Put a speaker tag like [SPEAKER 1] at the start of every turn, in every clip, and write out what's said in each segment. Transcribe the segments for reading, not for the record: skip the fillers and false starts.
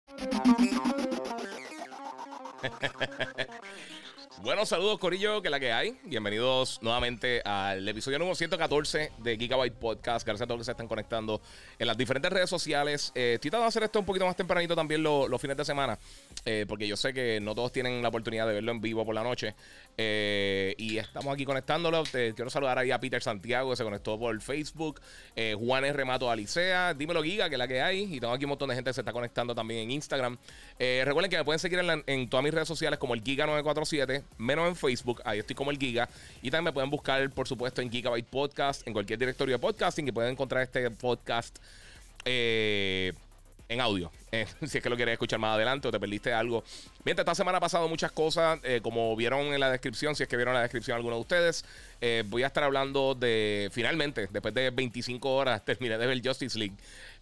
[SPEAKER 1] Bueno, saludos Corillo, que es la que hay. Bienvenidos nuevamente al episodio número 114 de Gigabyte Podcast. Gracias a todos los que se están conectando en las diferentes redes sociales. Estoy tratando de hacer esto un poquito más tempranito también los fines de semana, porque yo sé que no todos tienen la oportunidad de verlo en vivo por la noche. Y estamos aquí conectándolo. Quiero saludar ahí a Peter Santiago, que se conectó por Facebook. Juan R. Mato Alicea. Dímelo, Giga, que es la que hay. Y tengo aquí un montón de gente que se está conectando también en Instagram. Recuerden que me pueden seguir en todas mis redes sociales como el Giga947, menos en Facebook. Ahí estoy como el Giga. Y también me pueden buscar, por supuesto, en Gigabyte Podcast, en cualquier directorio de podcasting, y pueden encontrar este podcast en audio, si es que lo quieres escuchar más adelante o te perdiste algo. Mientras, esta semana ha pasado muchas cosas, como vieron en la descripción, si es que vieron la descripción algunos de ustedes. Voy a estar hablando de, finalmente, después de 25 horas, terminé de ver Justice League.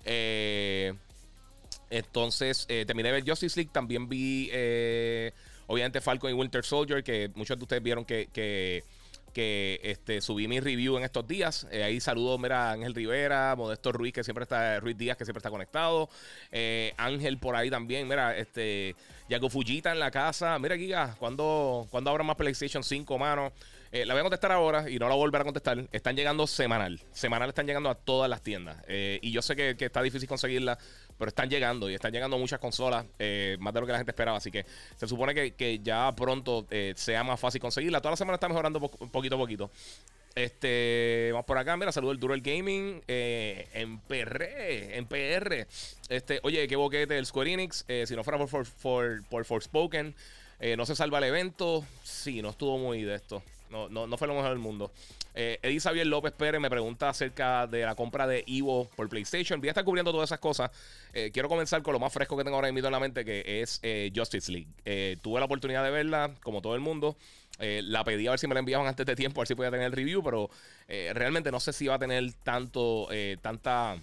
[SPEAKER 1] Entonces, terminé de ver Justice League. También vi, obviamente, Falcon y Winter Soldier, que muchos de ustedes vieron que subí mi review en estos días. Ahí saludo, mira, a Ángel Rivera, Modesto Ruiz, que siempre está, Ruiz Díaz, que siempre está conectado. Ángel por ahí también, mira, Yago Fujita en la casa. Mira, Giga, ¿cuándo habrá más PlayStation 5, mano? La voy a contestar ahora y no la voy a volver a contestar. Están llegando semanal están llegando a todas las tiendas. Y yo sé que está difícil conseguirla, pero están llegando, y están llegando muchas consolas, más de lo que la gente esperaba. Así que se supone que ya pronto sea más fácil conseguirla. Toda la semana está mejorando poquito a poquito. Vamos por acá. Mira, saludo el Duro el Gaming en PR. Oye, qué boquete el Square Enix. Si no fuera por Forspoken, no se salva el evento. Sí, no estuvo muy de esto. No fue lo mejor del mundo. Eddie Xavier López Pérez me pregunta acerca de la compra de Evo por PlayStation. Voy a estar cubriendo todas esas cosas. Quiero comenzar con lo más fresco que tengo ahora mismo en la mente, que es Justice League. Tuve la oportunidad de verla, como todo el mundo. La pedí a ver si me la enviaban antes de tiempo, a ver si podía tener el review, pero realmente no sé si va a tener tanta...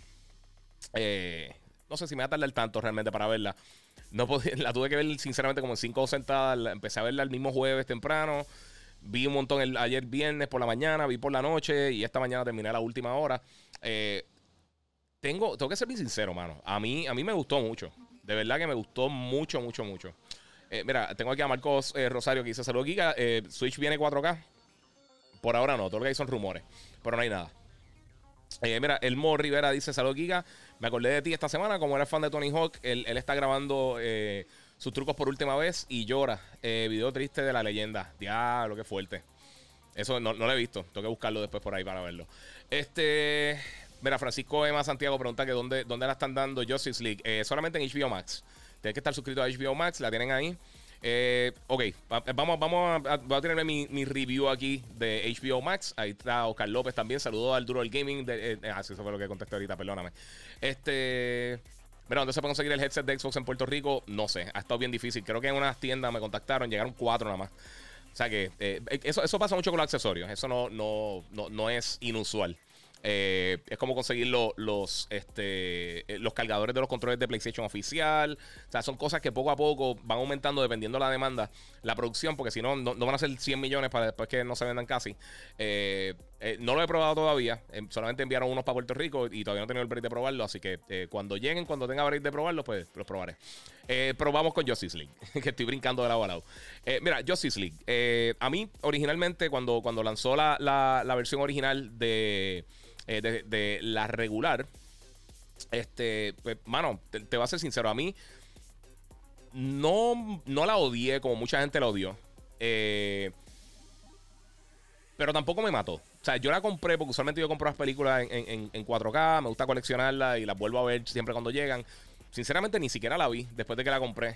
[SPEAKER 1] no sé si me va a tardar tanto realmente para verla. La tuve que ver sinceramente como en 5 sentadas. Empecé a verla el mismo jueves temprano. Vi un montón ayer viernes por la mañana, vi por la noche, y esta mañana terminé a la última hora. Tengo que ser bien sincero, mano. A mí me gustó mucho. De verdad que me gustó mucho. Mira, tengo aquí a Marcos Rosario, que dice: saludos, Giga. Switch viene 4K. Por ahora no, todo lo que hay son rumores, pero no hay nada. Mira, Elmo Rivera dice: saludos, Giga. Me acordé de ti esta semana. Como eres fan de Tony Hawk, él está grabando sus trucos por última vez y llora. Video triste de la leyenda. Diablo, qué fuerte. Eso no lo he visto. Tengo que buscarlo después por ahí para verlo. Mira, Francisco Emma Santiago pregunta que dónde la están dando Justice League. Solamente en HBO Max. Tienes que estar suscrito a HBO Max. La tienen ahí. Ok, voy a tener mi review aquí de HBO Max. Ahí está Oscar López también. Saludos al Duro del Gaming. Sí, eso fue lo que contesté ahorita, perdóname. Mira, ¿dónde se puede conseguir el headset de Xbox en Puerto Rico? No sé, ha estado bien difícil. Creo que en unas tiendas me contactaron, llegaron 4 nada más. O sea que eso pasa mucho con los accesorios. Eso no es inusual. Es como conseguir los cargadores de los controles de PlayStation oficial. O sea, son cosas que poco a poco van aumentando dependiendo de la demanda, la producción, porque si no van a ser 100 millones para después que no se vendan casi. No lo he probado todavía. Solamente enviaron unos para Puerto Rico y todavía no he tenido el break de probarlo. Así que cuando tenga break de probarlo, pues los probaré. Pero vamos con Justice League, que estoy brincando de lado a lado. Mira, Justice League. A mí, originalmente, cuando lanzó la versión original de la regular, pues, mano, te voy a ser sincero, a mí no la odié como mucha gente la odió, pero tampoco me mató. O sea, yo la compré porque usualmente yo compro las películas en 4K, me gusta coleccionarlas y las vuelvo a ver siempre cuando llegan. Sinceramente, ni siquiera la vi después de que la compré.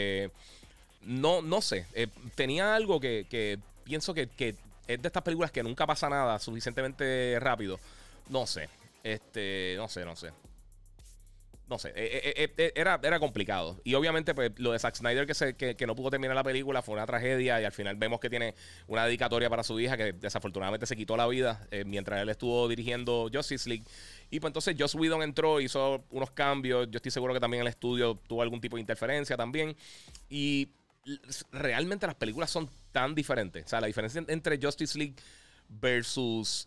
[SPEAKER 1] No sé, tenía algo que pienso que es de estas películas que nunca pasa nada suficientemente rápido. No sé. No sé. Era complicado. Y obviamente, pues, lo de Zack Snyder que no pudo terminar la película fue una tragedia. Y al final vemos que tiene una dedicatoria para su hija, que desafortunadamente se quitó la vida mientras él estuvo dirigiendo Justice League. Y pues entonces Joss Whedon entró, hizo unos cambios. Yo estoy seguro que también el estudio tuvo algún tipo de interferencia también. Y realmente las películas son tan diferentes. O sea, la diferencia entre Justice League versus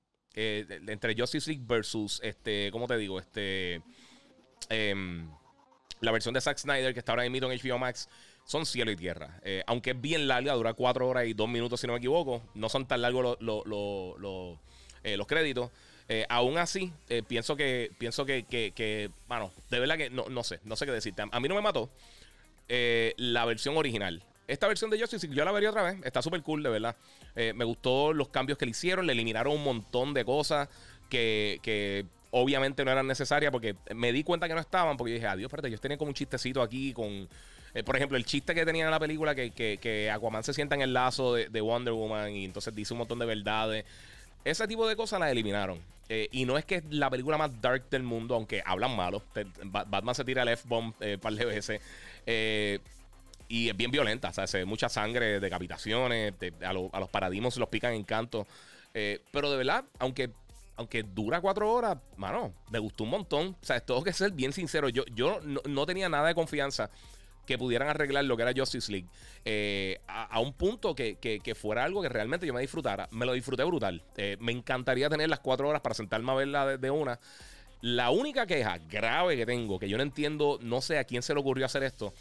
[SPEAKER 1] entre Justice League versus ¿cómo te digo? La versión de Zack Snyder, que está ahora mismo en HBO Max, son cielo y tierra. Aunque es bien larga, dura 4 horas y 2 minutos, si no me equivoco. No son tan largos los créditos. Aún así, pienso que, mano, de verdad que no sé qué decirte. A mí no me mató la versión original. Esta versión de Justice League yo la vería otra vez. Está súper cool, de verdad. Me gustó los cambios que le hicieron. Le eliminaron un montón de cosas que obviamente no eran necesarias, porque me di cuenta que no estaban, porque yo dije, adiós, espérate, ellos tenían como un chistecito aquí con... por ejemplo, el chiste que tenían en la película, que Aquaman se sienta en el lazo de Wonder Woman y entonces dice un montón de verdades. Ese tipo de cosas las eliminaron. Y no es que es la película más dark del mundo, aunque hablan malo. Batman se tira el F-bomb un par de veces. Y es bien violenta. O sea, se ve mucha sangre, decapitaciones. A los paradigmas los pican en canto. Pero de verdad, aunque dura 4 horas, mano, me gustó un montón. O sea, tengo que ser bien sincero. Yo no tenía nada de confianza que pudieran arreglar lo que era Justice League a un punto que fuera algo que realmente yo me disfrutara. Me lo disfruté brutal. Me encantaría tener las 4 horas para sentarme a verla de una. La única queja grave que tengo, que yo no entiendo, no sé a quién se le ocurrió hacer esto,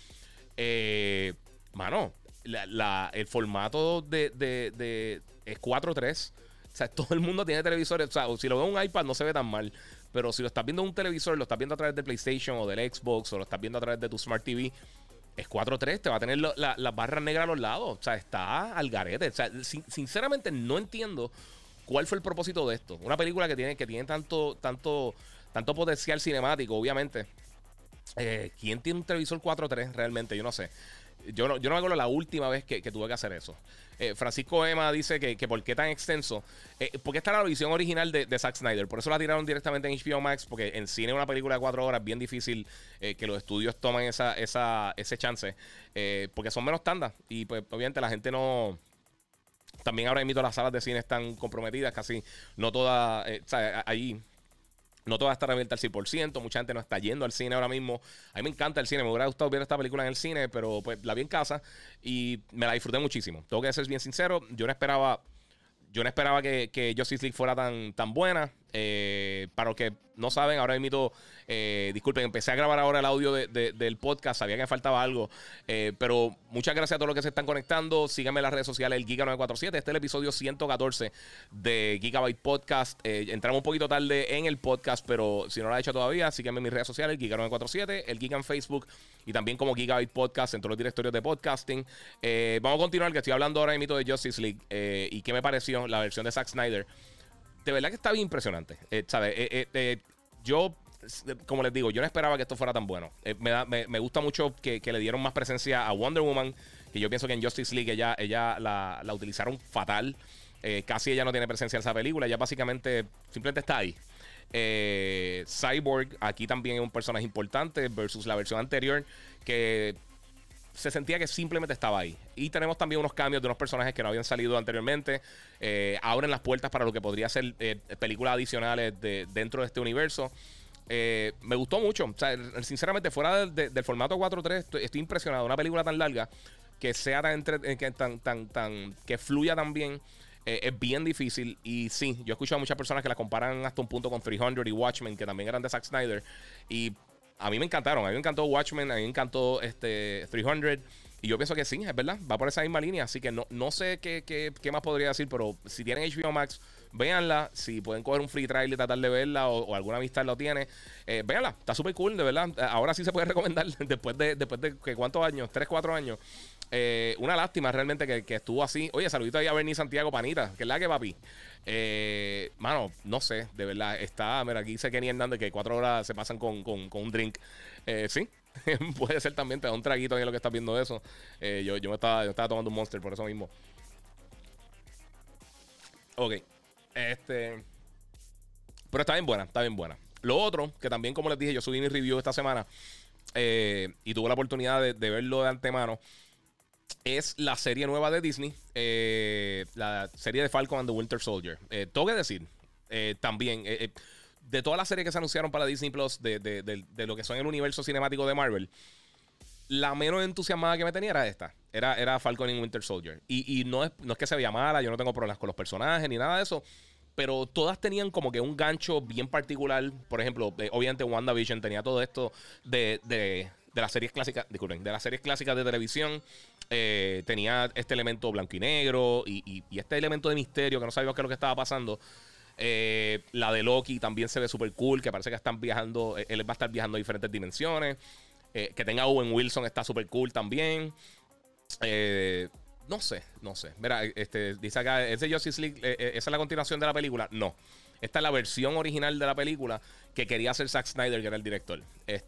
[SPEAKER 1] mano, el formato es 4:3. O sea, todo el mundo tiene televisores. O sea, si lo veo en un iPad no se ve tan mal. Pero si lo estás viendo en un televisor, lo estás viendo a través del PlayStation o del Xbox, o lo estás viendo a través de tu Smart TV, es 4:3. Te va a tener las barras negras a los lados. O sea, está al garete. O sea, sinceramente no entiendo cuál fue el propósito de esto. Una película que tiene tanto potencial cinemático, obviamente. ¿Quién tiene un televisor 4:3 realmente? Yo no sé. Yo no me acuerdo la última vez que tuve que hacer eso. Francisco Emma dice que por qué tan extenso. Porque esta era la visión original de Zack Snyder. Por eso la tiraron directamente en HBO Max. Porque en cine una película de 4 horas es bien difícil que los estudios tomen ese chance. Porque son menos tandas. Y pues obviamente la gente no... También ahora mismo las salas de cine están comprometidas. Casi no todas... o sea, ahí... No todas están abiertas al 100%. Mucha gente no está yendo al cine ahora mismo. A mí me encanta el cine. Me hubiera gustado ver esta película en el cine, pero pues la vi en casa y me la disfruté muchísimo. Tengo que ser bien sincero. Yo no esperaba que Justice League fuera tan buena. Para los que no saben, ahora mismo, disculpen, empecé a grabar ahora el audio del podcast. Sabía que me faltaba algo. Pero muchas gracias a todos los que se están conectando. Síganme en las redes sociales, el Giga947. Este es el episodio 114 de Gigabyte Podcast. Entramos un poquito tarde en el podcast, pero si no lo ha hecho todavía, síganme en mis redes sociales, el Giga947, el Giga en Facebook y también como Gigabyte Podcast en todos los directorios de podcasting. Vamos a continuar, que estoy hablando ahora mismo de Justice League y qué me pareció la versión de Zack Snyder. De verdad que está bien impresionante. ¿Sabes? Yo, como les digo, yo no esperaba que esto fuera tan bueno. Me gusta mucho que le dieron más presencia a Wonder Woman, que yo pienso que en Justice League ella la utilizaron fatal. Casi ella no tiene presencia en esa película. Ella básicamente simplemente está ahí. Cyborg aquí también es un personaje importante versus la versión anterior, que se sentía que simplemente estaba ahí. Y tenemos también unos cambios de unos personajes que no habían salido anteriormente. Abren las puertas para lo que podría ser películas adicionales dentro de este universo. Me gustó mucho. O sea, sinceramente, fuera del formato 4:3, estoy impresionado. Una película tan larga que sea que fluya tan bien. Es bien difícil. Y sí, yo he escuchado a muchas personas que la comparan hasta un punto con 300 y Watchmen, que también eran de Zack Snyder. Y a mí me encantaron. A mí me encantó Watchmen, a mí me encantó 300. Y yo pienso que sí, es verdad. Va por esa misma línea. Así que no sé qué más podría decir. Pero si tienen HBO Max, véanla. Si pueden coger un free trial y tratar de verla, o alguna amistad lo tiene, véanla. Está súper cool, de verdad. Ahora sí se puede recomendar. después de ¿cuántos años? 3, 4 años. Una lástima realmente que estuvo así. Oye, saludito ahí a Bernie Santiago Panita. Que es la que, papi. Mano, no sé, de verdad. Mira, aquí dice Kenny Hernández que 4 horas se pasan con un drink. Sí, puede ser también. Te da un traguito ahí en lo que estás viendo eso. Yo estaba tomando un Monster por eso mismo. Ok. Pero está bien buena, está bien buena. Lo otro, que también, como les dije, yo subí mi review esta semana y tuve la oportunidad de verlo de antemano. Es la serie nueva de Disney, la serie de Falcon and the Winter Soldier. Tengo que decir, también, de todas las series que se anunciaron para Disney Plus, de lo que son el universo cinemático de Marvel, la menos entusiasmada que me tenía era esta. Era Falcon and Winter Soldier. Y no es que se veía mala, yo no tengo problemas con los personajes ni nada de eso. Pero todas tenían como que un gancho bien particular. Por ejemplo, obviamente WandaVision tenía todo esto de de las series clásicas, disculpen, de las series clásicas de televisión. Tenía este elemento blanco y negro y este elemento de misterio que no sabíamos qué es lo que estaba pasando. La de Loki también se ve súper cool, que parece que están viajando, él va a estar viajando a diferentes dimensiones. Que tenga Owen Wilson está súper cool también. No sé. Mira, dice acá, ¿ese Justice League, esa es la continuación de la película? No. Esta es la versión original de la película que quería hacer Zack Snyder, que era el director.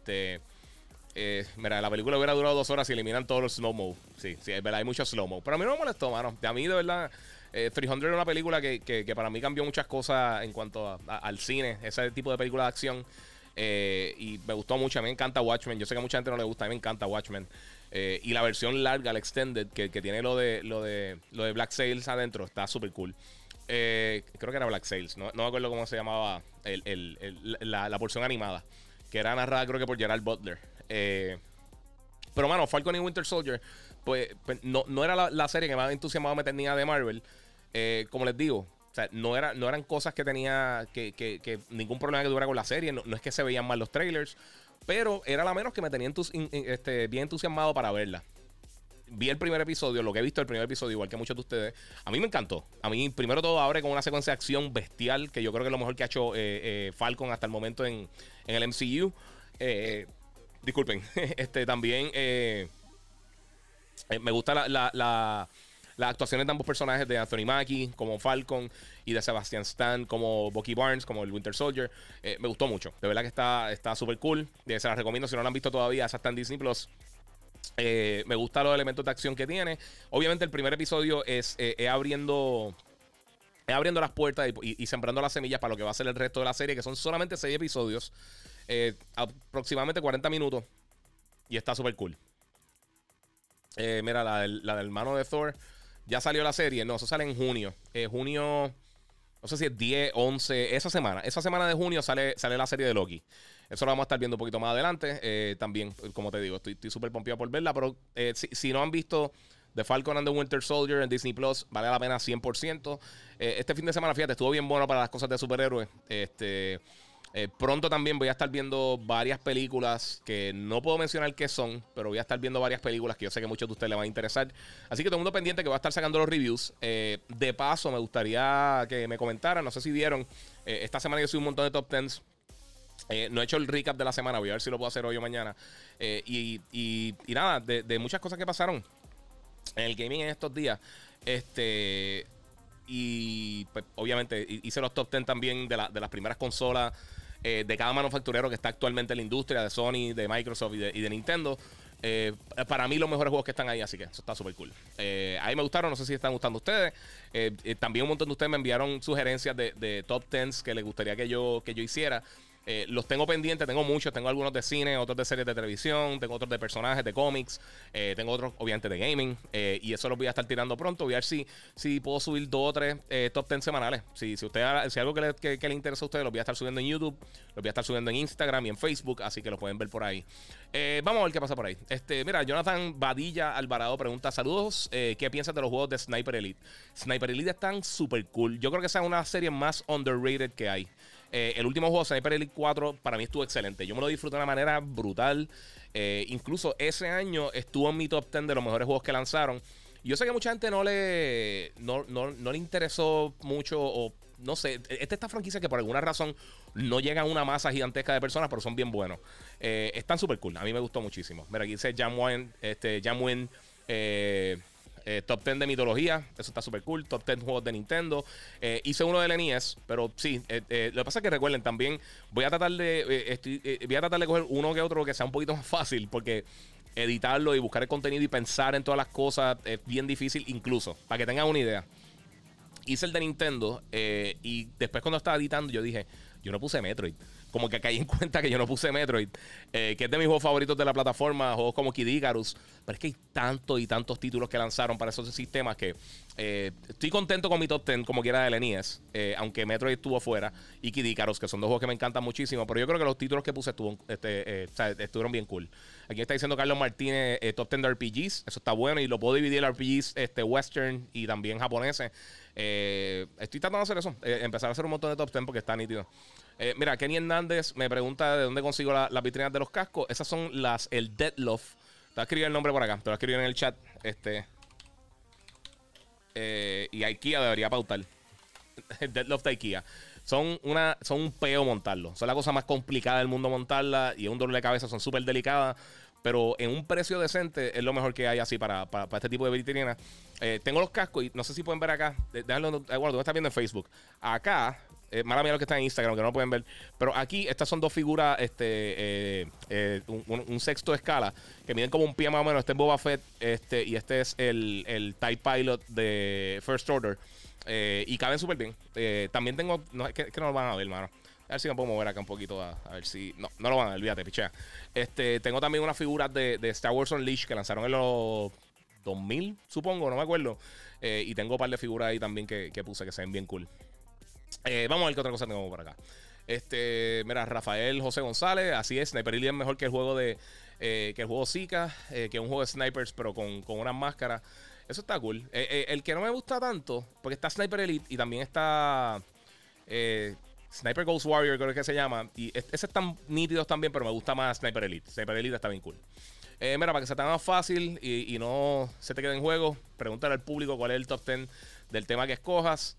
[SPEAKER 1] Mira, la película hubiera durado 2 horas y eliminan todos los slow-mo. Sí, es verdad, hay mucho slow-mo. Pero a mí no me molestó, mano. A mí, de verdad, 300 era una película que para mí cambió muchas cosas en cuanto al cine. Ese tipo de película de acción. Y me gustó mucho. A mí me encanta Watchmen. Yo sé que a mucha gente no le gusta. A mí me encanta Watchmen. Y la versión larga, la extended, que tiene lo de Black Sails adentro, está súper cool. Creo que era Black Sails. No me acuerdo cómo se llamaba la porción animada. Que era narrada, creo que por Gerard Butler. Pero, mano, Falcon y Winter Soldier, pues no era la serie que más entusiasmado me tenía de Marvel. Como les digo, o sea, no eran cosas que tenía que ningún problema que tuviera con la serie. No es que se veían mal los trailers, pero era la menos que me tenía bien entusiasmado para verla. Vi el primer episodio, lo que he visto del primer episodio, igual que muchos de ustedes. A mí me encantó. A mí, primero todo, abre con una secuencia de acción bestial, que yo creo que es lo mejor que ha hecho Falcon hasta el momento en el MCU. Disculpen. También me gusta las actuaciones de ambos personajes, de Anthony Mackie como Falcon y de Sebastian Stan como Bucky Barnes, como el Winter Soldier. Me gustó mucho. De verdad que está súper cool. Se las recomiendo si no la han visto todavía. Esa está en Disney Plus. Me gustan los elementos de acción que tiene. Obviamente el primer episodio es abriendo las puertas y sembrando las semillas para lo que va a ser el resto de la serie, que son solamente 6 episodios, aproximadamente 40 minutos, y está súper cool. Mira, la del hermano de Thor ya salió la serie. No, eso sale en junio. Junio, no sé si es 10, 11, esa semana de junio sale la serie de Loki. Eso lo vamos a estar viendo un poquito más adelante. También, como te digo, estoy súper pompeado por verla. Pero si no han visto The Falcon and the Winter Soldier en Disney Plus, vale la pena 100%. Este fin de semana, fíjate, estuvo bien bueno para las cosas de superhéroes. Pronto también voy a estar viendo varias películas que no puedo mencionar qué son, pero voy a estar viendo varias películas que yo sé que a muchos de ustedes les van a interesar. Así que todo el mundo pendiente, que voy a estar sacando los reviews. De paso, me gustaría que me comentaran, no sé si vieron, esta semana yo subí un montón de top 10. No he hecho el recap de la semana, voy a ver si lo puedo hacer hoy o mañana. Y nada, de muchas cosas que pasaron en el gaming en estos días. Y pues, obviamente hice los top 10 también de las primeras consolas de cada manufacturero que está actualmente en la industria, de Sony, de Microsoft y de Nintendo. Para mí los mejores juegos que están ahí, así que eso está súper cool. Ahí me gustaron, no sé si están gustando a ustedes. También un montón de ustedes me enviaron sugerencias de top 10 que les gustaría que yo hiciera. Los tengo pendientes, tengo muchos. Tengo algunos de cine, otros de series de televisión, tengo otros de personajes, de cómics, tengo otros obviamente de gaming, y eso los voy a estar tirando pronto. Voy a ver si puedo subir 2 o 3 top 10 semanales. Si algo que le interesa a ustedes, los voy a estar subiendo en YouTube, los voy a estar subiendo en Instagram y en Facebook, así que lo pueden ver por ahí. Vamos a ver qué pasa por ahí. Mira, Jonathan Badilla Alvarado pregunta: saludos, ¿qué piensas de los juegos de Sniper Elite? Sniper Elite están súper cool. Yo creo que esa es una serie más underrated que hay. El último juego, Sniper Elite 4, para mí estuvo excelente. Yo me lo disfruté de una manera brutal. Incluso ese año estuvo en mi top 10 de los mejores juegos que lanzaron. Yo sé que mucha gente no le interesó mucho, o no sé. Esta franquicia que por alguna razón no llega a una masa gigantesca de personas, pero son bien buenos. Están súper cool. A mí me gustó muchísimo. Mira, aquí dice Jamwin, top 10 de mitología, eso está súper cool. Top 10 juegos de Nintendo. Hice uno del NES, pero sí, lo que pasa es que recuerden también, voy a tratar de coger uno que otro que sea un poquito más fácil, porque editarlo y buscar el contenido y pensar en todas las cosas es bien difícil. Incluso, para que tengan una idea, hice el de Nintendo, y después cuando estaba editando yo dije, yo no puse Metroid. Como que caí en cuenta que yo no puse Metroid, que es de mis juegos favoritos de la plataforma, juegos como Kid Icarus. Pero es que hay tantos y tantos títulos que lanzaron para esos sistemas que estoy contento con mi top 10 como quiera del NES, aunque Metroid estuvo fuera, y Kid Icarus, que son dos juegos que me encantan muchísimo. Pero yo creo que los títulos que puse estuvieron bien cool. Aquí está diciendo Carlos Martínez, top 10 de RPGs. Eso está bueno y lo puedo dividir en RPGs western y también japoneses. Estoy tratando de hacer eso, empezar a hacer un montón de top 10 porque está nítido. Mira, Kenny Hernández me pregunta de dónde consigo las vitrinas de los cascos. Esas son el Deadloft. Te voy a escribir el nombre por acá. Te lo voy a escribir en el chat. Y IKEA debería pautar. El Deadloft de IKEA. Son un peo montarlo. Son la cosa más complicada del mundo montarla. Y es un dolor de cabeza. Son súper delicadas. Pero en un precio decente es lo mejor que hay así para este tipo de vitrinas. Tengo los cascos y no sé si pueden ver acá. Déjalo, bueno, tú me estás viendo en Facebook. Acá, mala mía lo que está en Instagram, que no lo pueden ver. Pero aquí, estas son dos figuras, un sexto de escala, que miden como un pie más o menos. Este es Boba Fett, y este es el TIE Pilot de First Order. Y caben súper bien. También tengo, no, que no lo van a ver, mano. A ver si me puedo mover acá un poquito a ver si... No lo van a ver, olvídate, pichea. Tengo también unas figuras de Star Wars Unleashed que lanzaron en los 2000, supongo, no me acuerdo. Y tengo un par de figuras ahí también que puse que se ven bien cool. Vamos a ver qué otra cosa tengo por acá. Mira, Rafael José González, así es, Sniper Elite es mejor que el juego que el juego Zika, que un juego de snipers, pero con unas máscaras. Eso está cool. El que no me gusta tanto, porque está Sniper Elite y también está... Sniper Ghost Warrior, creo que se llama. Y ese están nítidos también, pero me gusta más Sniper Elite. Sniper Elite está bien cool. Mira, para que sea tan más fácil y no se te quede en juego, pregúntale al público cuál es el top 10 del tema que escojas.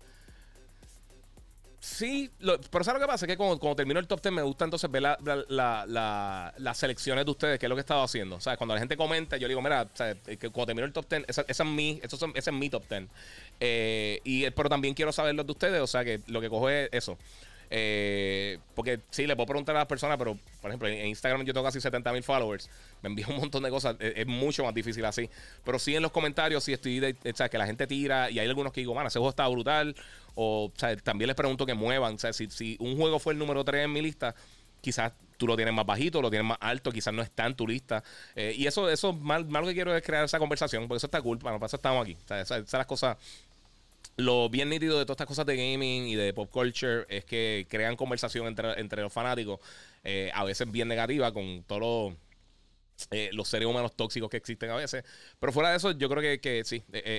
[SPEAKER 1] Sí, pero ¿sabes lo que pasa? Es que cuando termino el top 10 me gusta entonces ver las selecciones de ustedes, que es lo que he estado haciendo. O sea, cuando la gente comenta, yo le digo, mira, o sea, que cuando termino el top 10, ese es mi top 10. Pero también quiero saber los de ustedes, o sea, que lo que cojo es eso. Porque sí, le puedo preguntar a las personas, pero por ejemplo en Instagram yo tengo casi 70,000 followers, me envían un montón de cosas, es mucho más difícil así. Pero sí en los comentarios, sí estoy o sea, que la gente tira, y hay algunos que digo, man, ese juego está brutal. O sea, también les pregunto que muevan. O sea, si un juego fue el número 3 en mi lista, quizás tú lo tienes más bajito, lo tienes más alto, quizás no está en tu lista. Y eso más lo que quiero es crear esa conversación, porque eso está cool. Bueno, para eso estamos aquí. O sea, esas las cosas. Lo bien nítido de todas estas cosas de gaming y de pop culture es que crean conversación entre los fanáticos, a veces bien negativa, con todos los seres humanos tóxicos que existen a veces. Pero fuera de eso, yo creo que sí,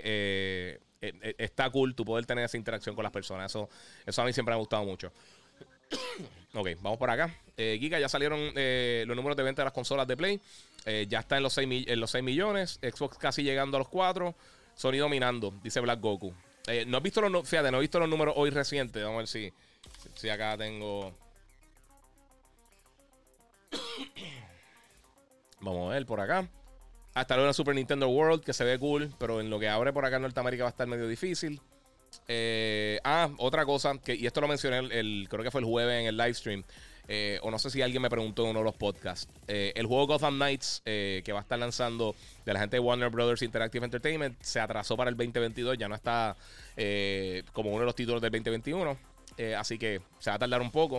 [SPEAKER 1] está cool tu poder tener esa interacción con las personas. Eso a mí siempre me ha gustado mucho. Ok, vamos por acá. Giga, ya salieron los números de venta de las consolas de Play. Ya está en los 6 millones. Xbox casi llegando a los 4. Sony dominando, dice Black Goku. No he visto fíjate, no he visto los números hoy recientes. Vamos a ver si acá tengo. Vamos a ver por acá. Hasta luego en Super Nintendo World, que se ve cool, pero en lo que abre por acá en Norteamérica va a estar medio difícil. Otra cosa, y esto lo mencioné creo que fue el jueves en el live stream. O no sé si alguien me preguntó en uno de los podcasts. El juego Gotham Knights, que va a estar lanzando de la gente de Warner Brothers Interactive Entertainment, se atrasó para el 2022. Ya no está como uno de los títulos del 2021. Así que se va a tardar un poco.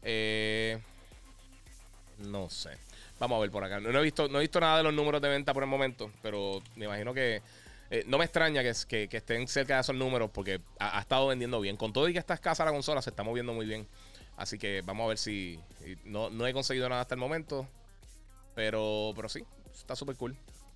[SPEAKER 1] No sé. Vamos a ver por acá. No he visto nada de los números de venta por el momento, pero me imagino que no me extraña que estén cerca de esos números, porque ha estado vendiendo bien. Con todo y que está escasa la consola, se está moviendo muy bien. Así que vamos a ver si... No he conseguido nada hasta el momento, pero sí, está súper cool.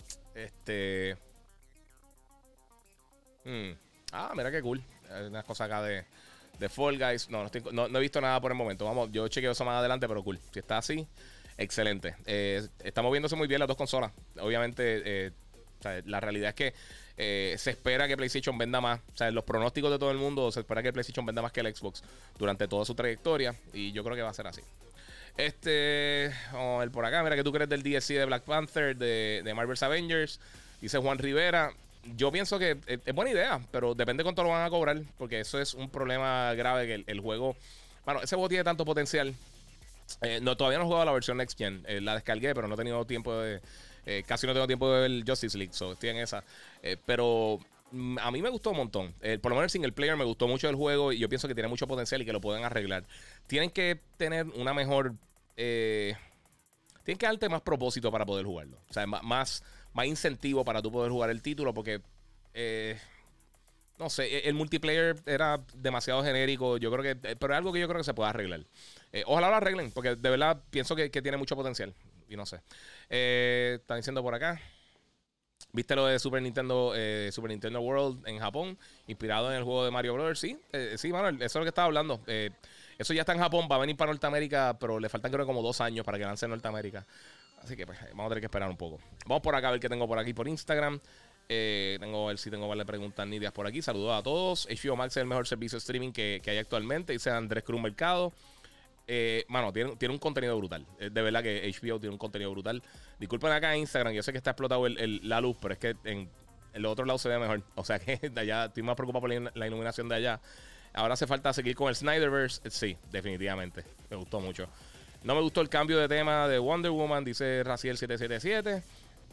[SPEAKER 1] Mira qué cool. Hay unas cosas acá de Fall Guys. No he visto nada por el momento. Vamos, yo chequeo eso más adelante, pero cool. Si está así, excelente. Está moviéndose muy bien las dos consolas. Obviamente, o sea, la realidad es que se espera que PlayStation venda más. O sea, en los pronósticos de todo el mundo, se espera que PlayStation venda más que el Xbox durante toda su trayectoria. Y yo creo que va a ser así. Vamos a ver por acá. Mira, que tú crees del DLC de Black Panther, de Marvel's Avengers. Dice Juan Rivera. Yo pienso que es buena idea, pero depende cuánto lo van a cobrar, porque eso es un problema grave, que el juego... Bueno, ese juego tiene tanto potencial. Todavía no he jugado la versión Next Gen. La descargué, pero no he tenido tiempo casi no tengo tiempo de ver Justice League, so estoy en esa. Pero a mí me gustó un montón. Por lo menos el single player me gustó mucho del juego, y yo pienso que tiene mucho potencial y que lo pueden arreglar. Tienen que tener una mejor... tienen que darte más propósito para poder jugarlo. O sea, más incentivo para tú poder jugar el título, porque... no sé, el multiplayer era demasiado genérico. Yo creo que... Pero es algo que yo creo que se puede arreglar. Ojalá lo arreglen, porque de verdad pienso que tiene mucho potencial. Y no sé. Están diciendo por acá. ¿Viste lo de Super Nintendo World en Japón? Inspirado en el juego de Mario Bros. Sí, sí, Manuel, eso es lo que estaba hablando. Eso ya está en Japón, va a venir para Norteamérica, pero le faltan creo como 2 años para que lance en Norteamérica. Así que pues vamos a tener que esperar un poco. Vamos por acá a ver qué tengo por aquí por Instagram. Tengo a ver si tengo varias preguntas nítidas por aquí. Saludos a todos. HBO Max es el mejor servicio de streaming que hay actualmente, dice Andrés Cruz Mercado. Mano, tiene un contenido brutal. De verdad que HBO tiene un contenido brutal. Disculpen acá en Instagram, yo sé que está explotado la luz, pero es que en el otro lado se ve mejor. O sea que de allá estoy más preocupado por la iluminación de allá. Ahora hace falta seguir con el Snyderverse. Sí, definitivamente. Me gustó mucho. No me gustó el cambio de tema de Wonder Woman, dice Raciel 777.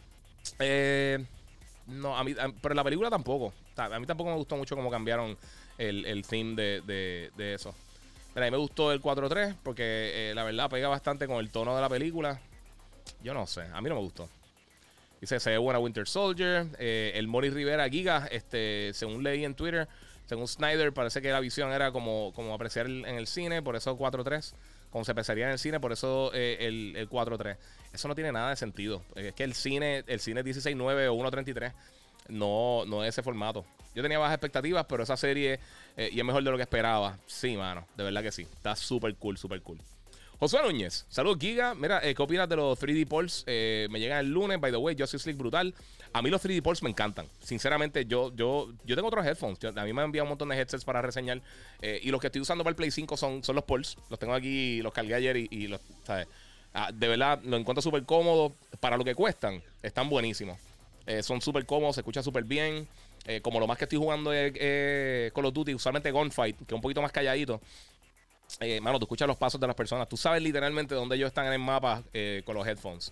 [SPEAKER 1] No, pero la película tampoco. A mí tampoco me gustó mucho cómo cambiaron el theme de eso. Mira, a mí me gustó el 4-3 porque la verdad pega bastante con el tono de la película. Yo no sé, a mí no me gustó. Dice, se ve buena Winter Soldier. El Mori Rivera Giga, según leí en Twitter, según Snyder, parece que la visión era como apreciar en el cine, por eso 4-3. Como se apreciaría en el cine, por eso el 4-3. Eso no tiene nada de sentido. Es que el cine 16:9 o 1:33 no es ese formato. Yo tenía bajas expectativas, pero esa serie y es mejor de lo que esperaba. Sí, mano, de verdad que sí. Está súper cool, súper cool. Josué Núñez, saludos Giga. Mira, ¿qué opinas de los 3D Pulse? Me llegan el lunes, by the way, Justice League brutal. A mí los 3D Pulse me encantan. Sinceramente, yo tengo otros headphones. A mí me han enviado un montón de headsets para reseñar. Y los que estoy usando para el Play 5 son los Pulse. Los tengo aquí, los cargué ayer y los, ¿sabes? De verdad, lo encuentro súper cómodo. Para lo que cuestan, están buenísimos. Son súper cómodos, se escucha súper bien. Como lo más que estoy jugando es Call of Duty, usualmente Gunfight, que es un poquito más calladito. Mano, tú escuchas los pasos de las personas. Tú sabes literalmente dónde ellos están en el mapa con los headphones.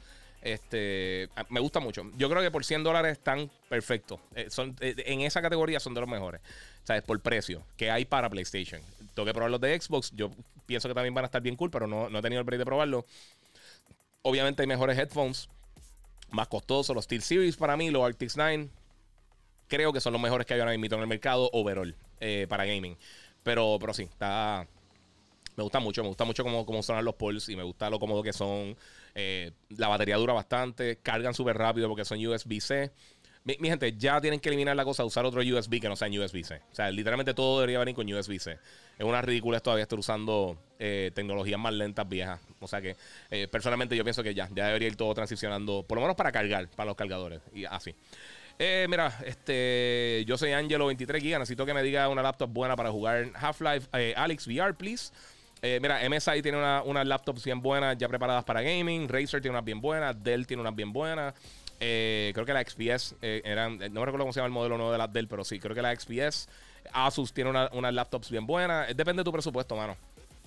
[SPEAKER 1] Me gusta mucho. Yo creo que por $100 están perfectos. En esa categoría son de los mejores. ¿Sabes? Por precio que hay para PlayStation. Tengo que probar los de Xbox. Yo pienso que también van a estar bien cool, pero no he tenido el break de probarlo. Obviamente hay mejores headphones. Más costosos. Los SteelSeries para mí, los Arctis 9. Creo que son los mejores que hay ahora mismo en el mercado overall para gaming. Pero sí, está... Me gusta mucho cómo sonan los pulls y me gusta lo cómodo que son. La batería dura bastante, cargan súper rápido porque son USB-C. Mi gente, ya tienen que eliminar la cosa de usar otro USB que no sea en USB-C. O sea, literalmente todo debería venir con USB-C. Es una ridícula todavía estar usando tecnologías más lentas viejas. O sea que, personalmente yo pienso que ya debería ir todo transicionando, por lo menos para cargar, para los cargadores y así. Mira, yo soy Angelo 23 GB. Necesito que me diga una laptop buena para jugar Half-Life Alex VR, please. Mira, MSI tiene unas laptops bien buenas ya preparadas para gaming. Razer tiene unas bien buenas. Dell tiene unas bien buenas. Creo que la XPS no me recuerdo cómo se llama el modelo nuevo de la Dell, pero sí, creo que la XPS. Asus tiene unas laptops bien buenas. Depende de tu presupuesto, mano.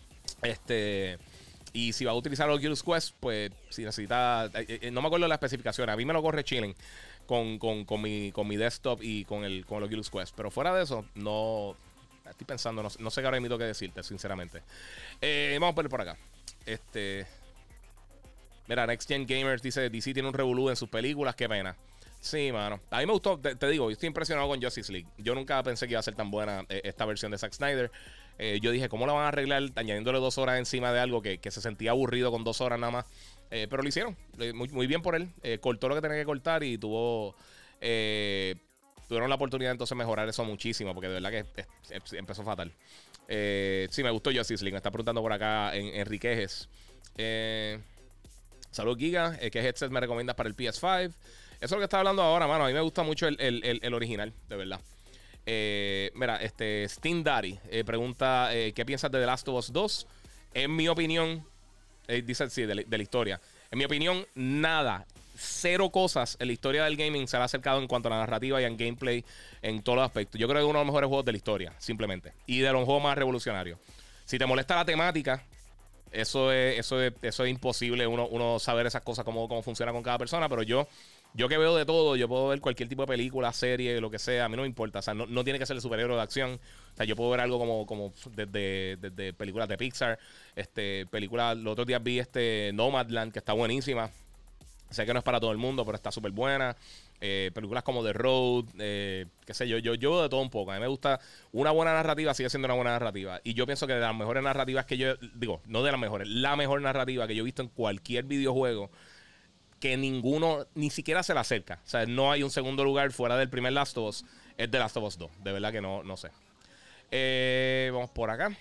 [SPEAKER 1] Y si vas a utilizar los Oculus Quest, pues si necesitas... no me acuerdo de las especificaciones. A mí me lo corre chilling con mi desktop y con el Oculus Quest. Pero fuera de eso, no... Estoy pensando, no sé qué ahora mismo que decirte, sinceramente. Vamos a poner por acá. Mira, Next Gen Gamers dice: DC tiene un revolú en sus películas, qué pena. Sí, mano. A mí me gustó, te digo, yo estoy impresionado con Justice League. Yo nunca pensé que iba a ser tan buena esta versión de Zack Snyder. Yo dije, ¿cómo la van a arreglar añadiéndole 2 horas encima de algo que se sentía aburrido con 2 horas nada más? Pero lo hicieron. Muy bien por él. Cortó lo que tenía que cortar y tuvieron la oportunidad entonces de mejorar eso muchísimo, porque de verdad que empezó fatal. Sí, me gustó Justice League. Me está preguntando por acá en Enriquejes. Salud Giga, ¿qué headset me recomiendas para el PS5? Eso es lo que está hablando ahora, mano. A mí me gusta mucho el original, de verdad. Mira, Steam Daddy pregunta, ¿qué piensas de The Last of Us 2? En mi opinión, dice sí, de la historia. En mi opinión, nada. 0 cosas en la historia del gaming se le ha acercado en cuanto a la narrativa y en gameplay en todos los aspectos. Yo creo que es uno de los mejores juegos de la historia, simplemente. Y de los juegos más revolucionarios. Si te molesta la temática, eso es imposible uno saber esas cosas, cómo funciona con cada persona. Pero yo que veo de todo, yo puedo ver cualquier tipo de película, serie, lo que sea. A mí no me importa. O sea, no tiene que ser el superhéroe de acción. O sea, yo puedo ver algo como desde películas de Pixar. Películas, los otros días vi Nomadland, que está buenísima. Sé que no es para todo el mundo, pero está súper buena. Películas como The Road, qué sé yo veo de todo un poco. A mí me gusta una buena narrativa, sigue siendo una buena narrativa. Y yo pienso que de las mejores narrativas que yo... Digo, no de las mejores, la mejor narrativa que yo he visto en cualquier videojuego que ninguno ni siquiera se le acerca. O sea, no hay un segundo lugar fuera del primer Last of Us. Es de Last of Us 2. De verdad que no sé. Vamos por acá.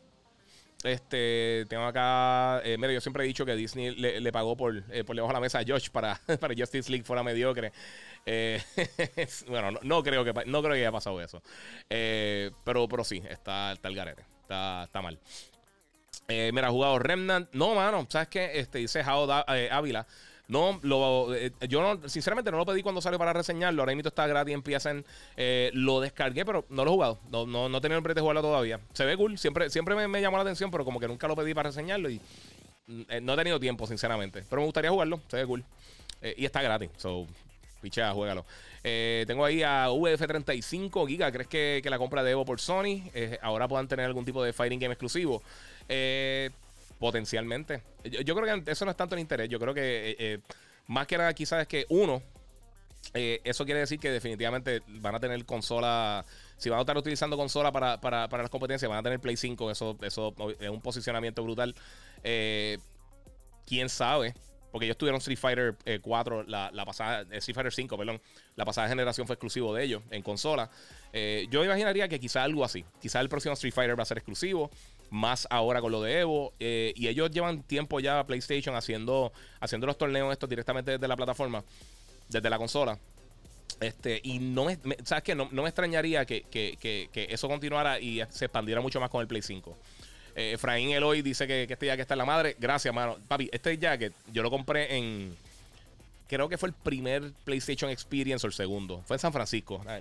[SPEAKER 1] Tengo acá. Mira, yo siempre he dicho que Disney le pagó por debajo de la mesa a Josh para Justice League fuera mediocre. Bueno, no creo que haya pasado eso. Pero sí, está el garete. Está mal. Mira, ha jugado Remnant. No, mano, ¿sabes qué? Dice Ávila. No, yo no, sinceramente no lo pedí cuando salió para reseñarlo. Ahora mismo está gratis en PSN. Lo descargué, pero no lo he jugado. No he tenido el break de jugarlo todavía. Se ve cool, siempre me llamó la atención, pero como que nunca lo pedí para reseñarlo y no he tenido tiempo, sinceramente. Pero me gustaría jugarlo, se ve cool. Y está gratis, so, pichea, juégalo. Tengo ahí a VF35 Giga. ¿Crees que la compra de Evo por Sony ahora puedan tener algún tipo de fighting game exclusivo? Potencialmente. Yo creo que eso no es tanto el interés. Yo creo que más que nada quizás es que eso quiere decir que definitivamente van a tener consola. Si van a estar utilizando consola para las competencias, van a tener Play 5. Eso es un posicionamiento brutal. ¿Quién sabe? Porque ellos tuvieron Street Fighter 4, la pasada, Street Fighter 5, perdón. La pasada generación fue exclusivo de ellos en consola. Yo imaginaría que quizá algo así. Quizá el próximo Street Fighter va a ser exclusivo. Más ahora con lo de Evo. Y ellos llevan tiempo ya PlayStation haciendo los torneos estos directamente desde la plataforma, desde la consola. Y ¿sabes qué? No me extrañaría que eso continuara y se expandiera mucho más con el Play 5. Efraín Eloy dice que este jacket está en la madre. Gracias, mano. Papi, este jacket yo lo compré creo que fue el primer PlayStation Experience o el segundo. Fue en San Francisco. A ver.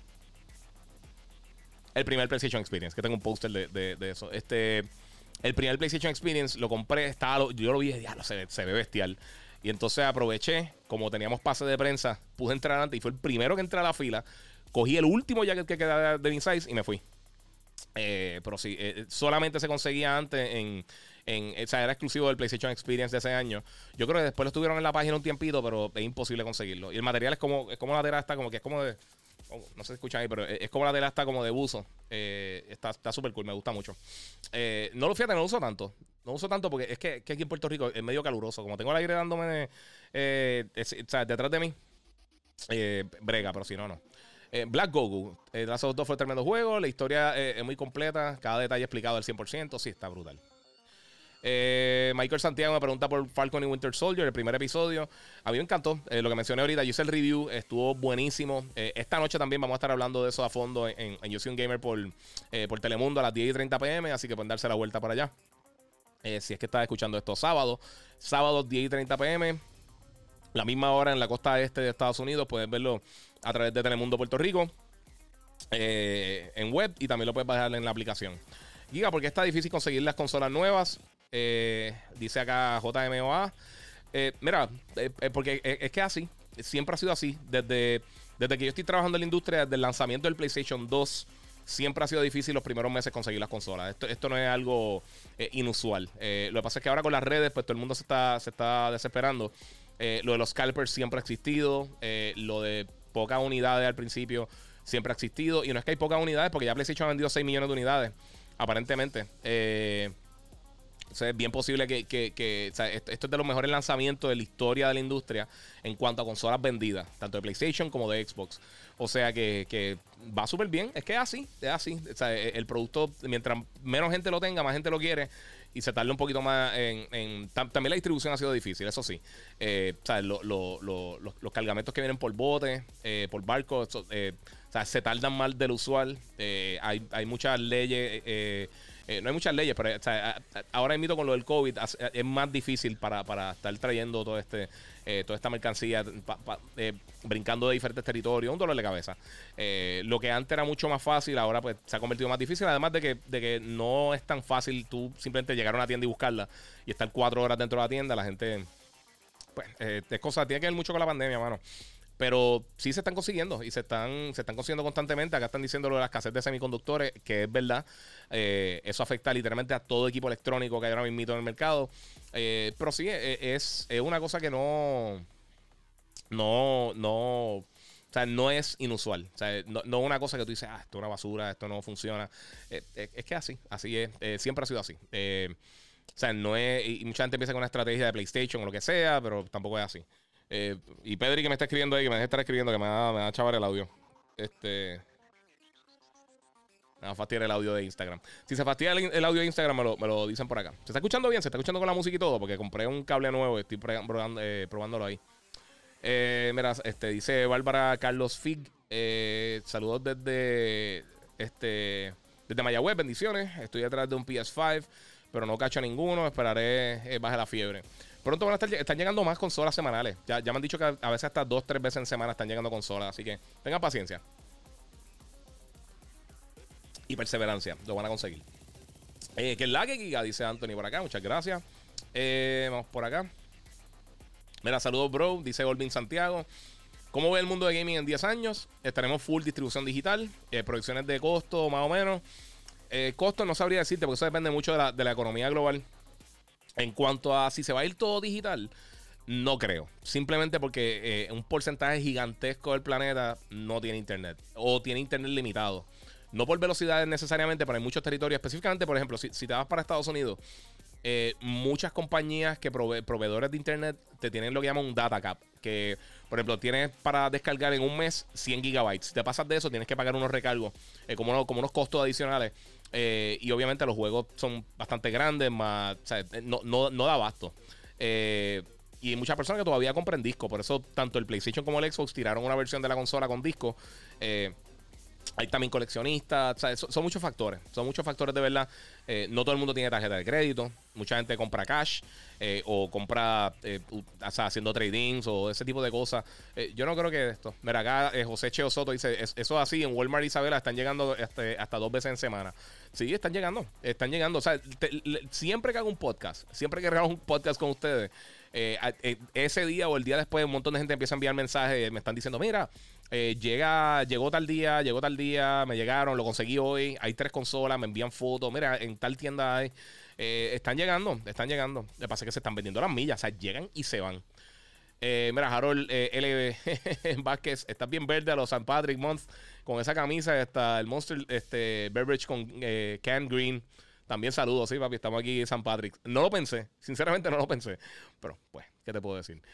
[SPEAKER 1] El primer PlayStation Experience, que tengo un póster de eso. El primer PlayStation Experience lo compré, yo lo vi y ya se ve bestial. Y entonces aproveché, como teníamos pase de prensa, pude entrar antes y fue el primero que entré a la fila. Cogí el último jacket que quedaba de Insights y me fui. Pero sí, solamente se conseguía antes o sea, era exclusivo del PlayStation Experience de ese año. Yo creo que después lo estuvieron en la página un tiempito, pero es imposible conseguirlo. Y el material es como la tela está como que es como de... No se escucha ahí, pero es como la tela está como de buzo. Está súper cool, me gusta mucho. No lo uso tanto. No uso tanto porque es que aquí en Puerto Rico es medio caluroso. Como tengo el aire dándome o sea, detrás de mí, brega, pero si no. Black Goku. Last of Us 2 fue tremendo juego. La historia es muy completa. Cada detalle explicado al 100%. Sí, está brutal. Michael Santiago me pregunta por Falcon y Winter Soldier, el primer episodio. A mí me encantó lo que mencioné ahorita. Yo hice el review, estuvo buenísimo. Esta noche también vamos a estar hablando de eso a fondo en Yo Soy un Gamer por Telemundo a las 10:30 p.m. Así que pueden darse la vuelta para allá. Si es que estás escuchando esto sábado 10:30 p.m. La misma hora en la costa este de Estados Unidos. Puedes verlo a través de Telemundo Puerto Rico en web y también lo puedes bajar en la aplicación. Giga, ¿por qué está difícil conseguir las consolas nuevas? Dice acá JMOA. Mira, porque es que así, siempre ha sido así. Desde que yo estoy trabajando en la industria, desde el lanzamiento del PlayStation 2, siempre ha sido difícil los primeros meses conseguir las consolas. Esto no es algo inusual. Lo que pasa es que ahora con las redes, pues todo el mundo se está desesperando. Lo de los scalpers siempre ha existido. Lo de pocas unidades al principio siempre ha existido. Y no es que hay pocas unidades, porque ya PlayStation ha vendido 6 millones de unidades, aparentemente. O sea, es bien posible que o sea, esto es de los mejores lanzamientos de la historia de la industria en cuanto a consolas vendidas, tanto de PlayStation como de Xbox. O sea que va súper bien. Es que es así. O sea, el producto, mientras menos gente lo tenga, más gente lo quiere. Y se tarda un poquito más también la distribución ha sido difícil, eso sí. O sea, los cargamentos que vienen por bote, por barco, o sea, se tardan más del usual. Hay muchas leyes. No hay muchas leyes, pero o sea, ahora mismo con lo del COVID es más difícil para estar trayendo toda esta mercancía, brincando de diferentes territorios, un dolor de cabeza. Lo que antes era mucho más fácil, ahora pues se ha convertido más difícil, además de que no es tan fácil tú simplemente llegar a una tienda y buscarla y estar 4 horas dentro de la tienda. La gente, pues, tiene que ver mucho con la pandemia, mano. Pero sí se están consiguiendo y se están consiguiendo constantemente. Acá están diciendo lo de la escasez de semiconductores, que es verdad. Eso afecta literalmente a todo equipo electrónico que hay ahora mismo en el mercado. Pero sí, es una cosa que o sea, no es inusual. O sea, no es una cosa que tú dices, esto es una basura, esto no funciona. Es que así es. Siempre ha sido así. O sea, no es. Y mucha gente empieza con una estrategia de PlayStation o lo que sea, pero tampoco es así. Y Pedri que me está escribiendo ahí, que me deja estar escribiendo, que me va a chavar el audio. Me va a fastidiar el audio de Instagram. Si se fastidia el audio de Instagram, me lo dicen por acá. ¿Se está escuchando bien? ¿Se está escuchando con la música y todo? Porque compré un cable nuevo y estoy probándolo ahí. Mira, dice Bárbara Carlos Fig. Saludos desde Mayagüez, bendiciones. Estoy detrás de un PS5, pero no cacho a ninguno. Esperaré baje la fiebre. Pronto están llegando más consolas semanales. Ya me han dicho que a veces hasta 2-3 veces en semana están llegando consolas. Así que tengan paciencia y perseverancia. Lo van a conseguir. Que el lag, Giga, dice Anthony por acá. Muchas gracias. Vamos por acá. Mira, saludos, bro. Dice Olvin Santiago. ¿Cómo ve el mundo de gaming en 10 años? Estaremos full distribución digital. Proyecciones de costo, más o menos. Costo no sabría decirte, porque eso depende mucho de la economía global. En cuanto a si se va a ir todo digital, no creo. Simplemente porque un porcentaje gigantesco del planeta no tiene internet. O tiene internet limitado. No por velocidades necesariamente, pero hay muchos territorios. Específicamente, por ejemplo, si te vas para Estados Unidos, muchas compañías que proveedores de internet te tienen lo que llaman un data cap. Que, por ejemplo, tienes para descargar en un mes 100 gigabytes. Si te pasas de eso, tienes que pagar unos recargos, como unos costos adicionales. Y obviamente los juegos son bastante grandes, más, o sea, no da abasto. Y hay muchas personas que todavía compran disco. Por eso tanto el PlayStation como el Xbox tiraron una versión de la consola con disco. Hay también coleccionistas, o sea, son muchos factores. Son muchos factores de verdad. No todo el mundo tiene tarjeta de crédito. Mucha gente compra cash o compra o sea, haciendo tradings o ese tipo de cosas. Yo no creo que esto. Mira, acá José Cheo Soto dice: Eso es así. En Walmart Isabela están llegando hasta 2 veces en semana. Sí, están llegando. Están llegando. O sea, siempre que hago un podcast, siempre que hago un podcast con ustedes, ese día o el día después, un montón de gente empieza a enviar mensajes. Me están diciendo: Mira, llegó tal día, me llegaron, lo conseguí hoy, hay 3 consolas, me envían fotos, mira, en tal tienda hay. Están llegando. Lo que pasa es que se están vendiendo las millas, o sea, llegan y se van. Mira, Harold L. Vázquez, estás bien verde a los St. Patrick Month con esa camisa. Está el Monster Beverage con Can Green. También saludos, sí, papi. Estamos aquí en St. Patrick. No lo pensé, sinceramente no lo pensé. Pero, pues, ¿qué te puedo decir?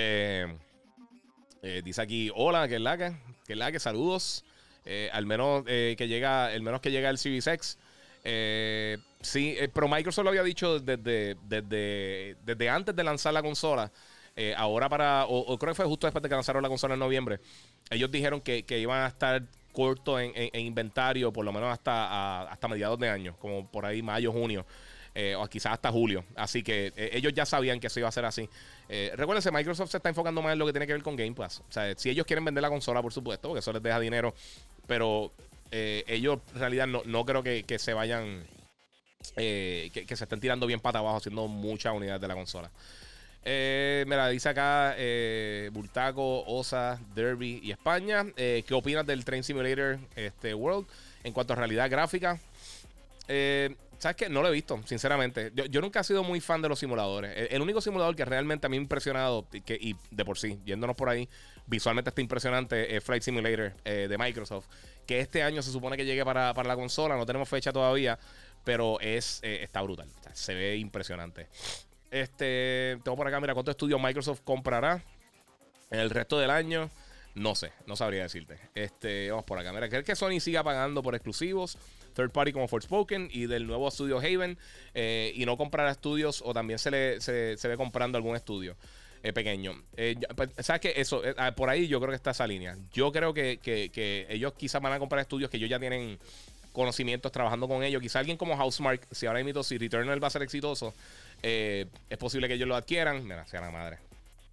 [SPEAKER 1] Dice aquí: hola, que es la que, saludos. Al menos que llega el Series X. Sí, pero Microsoft lo había dicho desde antes de lanzar la consola. Ahora o creo que fue justo después de que lanzaron la consola en noviembre. Ellos dijeron que iban a estar cortos en inventario por lo menos hasta mediados de año, como por ahí mayo, junio. O quizás hasta julio. Así que ellos ya sabían que eso iba a ser así. Recuérdense, Microsoft se está enfocando más en lo que tiene que ver con Game Pass. O sea, si ellos quieren vender la consola, por supuesto, porque eso les deja dinero. Pero ellos en realidad no creo que se vayan, que se estén tirando bien pata abajo haciendo muchas unidades de la consola. Mira, dice acá Bultaco, Osa, Derby y España. ¿Qué opinas del Train Simulator World en cuanto a realidad gráfica? ¿Sabes qué? No lo he visto, sinceramente. Yo nunca he sido muy fan de los simuladores. El único simulador que realmente a mí me ha impresionado, y de por sí, yéndonos por ahí, visualmente está impresionante, es Flight Simulator de Microsoft, que este año se supone que llegue para la consola. No tenemos fecha todavía, pero está brutal. O sea, se ve impresionante. Tengo por acá, mira, ¿cuántos estudios Microsoft comprará en el resto del año? No sé, no sabría decirte. Vamos por acá. Mira, ¿crees que Sony siga pagando por exclusivos third party como Forspoken y del nuevo estudio Haven, y no comprar estudios, o también se ve comprando algún estudio pequeño? ¿Sabes qué? Eso, por ahí yo creo que está esa línea. Yo creo que ellos quizás van a comprar estudios que ellos ya tienen conocimientos trabajando con ellos. Quizá alguien como Housemarque, si ahora mismo, si Returnal va a ser exitoso, es posible que ellos lo adquieran. Mira, sea la madre.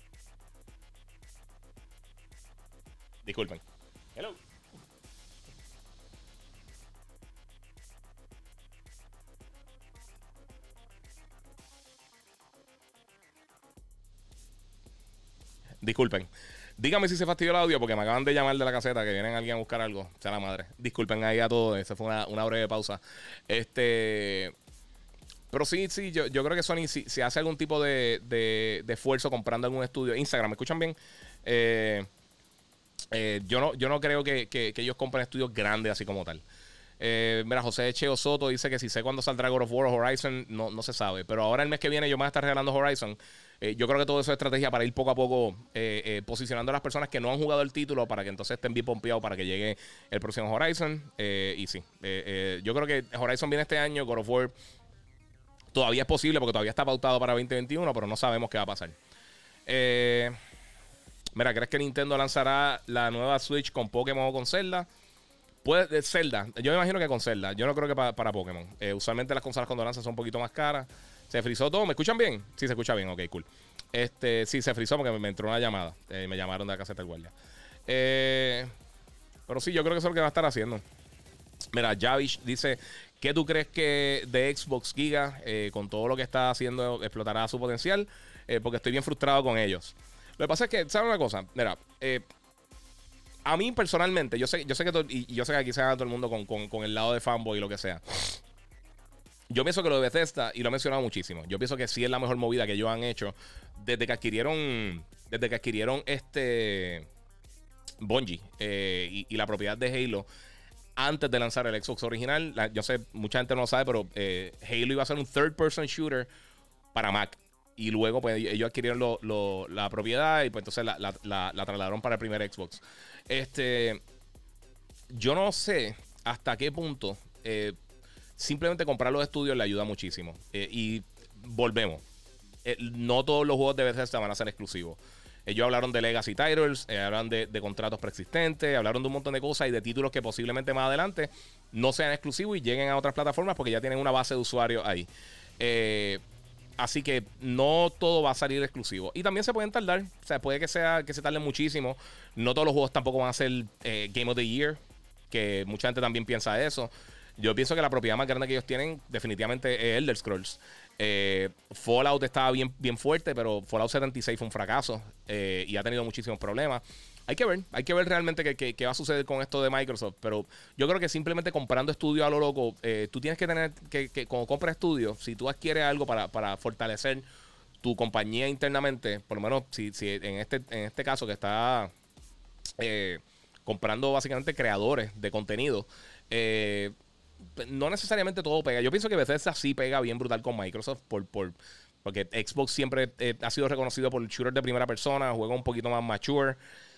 [SPEAKER 1] Disculpen. Hello. Disculpen. Dígame si se fastidió el audio, porque me acaban de llamar de la caseta que vienen alguien a buscar algo. Sea la madre. Disculpen ahí a todos. Esa fue una breve pausa. Pero sí, yo creo que Sony, si hace algún tipo de esfuerzo comprando algún estudio. Instagram, ¿me escuchan bien? Yo no creo que ellos compren estudios grandes así como tal. Mira, José Cheo Soto dice que si sé cuándo saldrá God of War o Horizon, no se sabe. Pero ahora el mes que viene yo me voy a estar regalando Horizon. Yo creo que todo eso es estrategia para ir poco a poco posicionando a las personas que no han jugado el título para que entonces estén bien pompeados para que llegue el próximo Horizon. Y sí, yo creo que Horizon viene este año, God of War todavía es posible porque todavía está pautado para 2021, pero no sabemos qué va a pasar. Mira, ¿crees que Nintendo lanzará la nueva Switch con Pokémon o con Zelda? Puede, Zelda, yo me imagino que con Zelda. Yo no creo que para Pokémon. Usualmente las consolas cuando lanzan son un poquito más caras. Se frizó todo. ¿Me escuchan bien? Sí, se escucha bien. Ok, cool. Sí, se frizó porque me entró una llamada. Me llamaron de la caseta del guardia. Pero sí, yo creo que eso es lo que va a estar haciendo. Mira, Javish dice: ¿qué tú crees que de Xbox Giga, con todo lo que está haciendo, explotará su potencial? Porque estoy bien frustrado con ellos. Lo que pasa es que, ¿sabes una cosa? Mira, a mí personalmente, yo sé que yo sé que aquí se haga todo el mundo con el lado de fanboy y lo que sea. Yo pienso que lo de Bethesda, y lo he mencionado muchísimo, yo pienso que sí es la mejor movida que ellos han hecho desde que adquirieron Bungie y la propiedad de Halo antes de lanzar el Xbox original. Yo sé, mucha gente no lo sabe, pero Halo iba a ser un third person shooter para Mac. Y luego pues ellos adquirieron la propiedad y pues entonces la trasladaron para el primer Xbox. Yo no sé hasta qué punto simplemente comprar los estudios le ayuda muchísimo. Y volvemos. No todos los juegos de Bethesda van a ser exclusivos. Ellos hablaron de Legacy Titles, hablaron de contratos preexistentes, hablaron de un montón de cosas y de títulos que posiblemente más adelante no sean exclusivos y lleguen a otras plataformas porque ya tienen una base de usuarios ahí. Así que no todo va a salir exclusivo. Y también se pueden tardar. O sea, puede que se tarden muchísimo. No todos los juegos tampoco van a ser Game of the Year, que mucha gente también piensa eso. Yo pienso que la propiedad más grande que ellos tienen definitivamente es Elder Scrolls. Fallout estaba bien fuerte, pero Fallout 76 fue un fracaso y ha tenido muchísimos problemas. Hay que ver realmente qué va a suceder con esto de Microsoft. Pero yo creo que simplemente comprando estudios a lo loco, tú tienes que tener que cuando compras estudios, si tú adquieres algo para fortalecer tu compañía internamente, por lo menos si en este caso que está comprando básicamente creadores de contenido, no necesariamente todo pega. Yo pienso que Bethesda sí pega bien brutal con Microsoft porque Xbox siempre ha sido reconocido por el shooter de primera persona, juega un poquito más mature.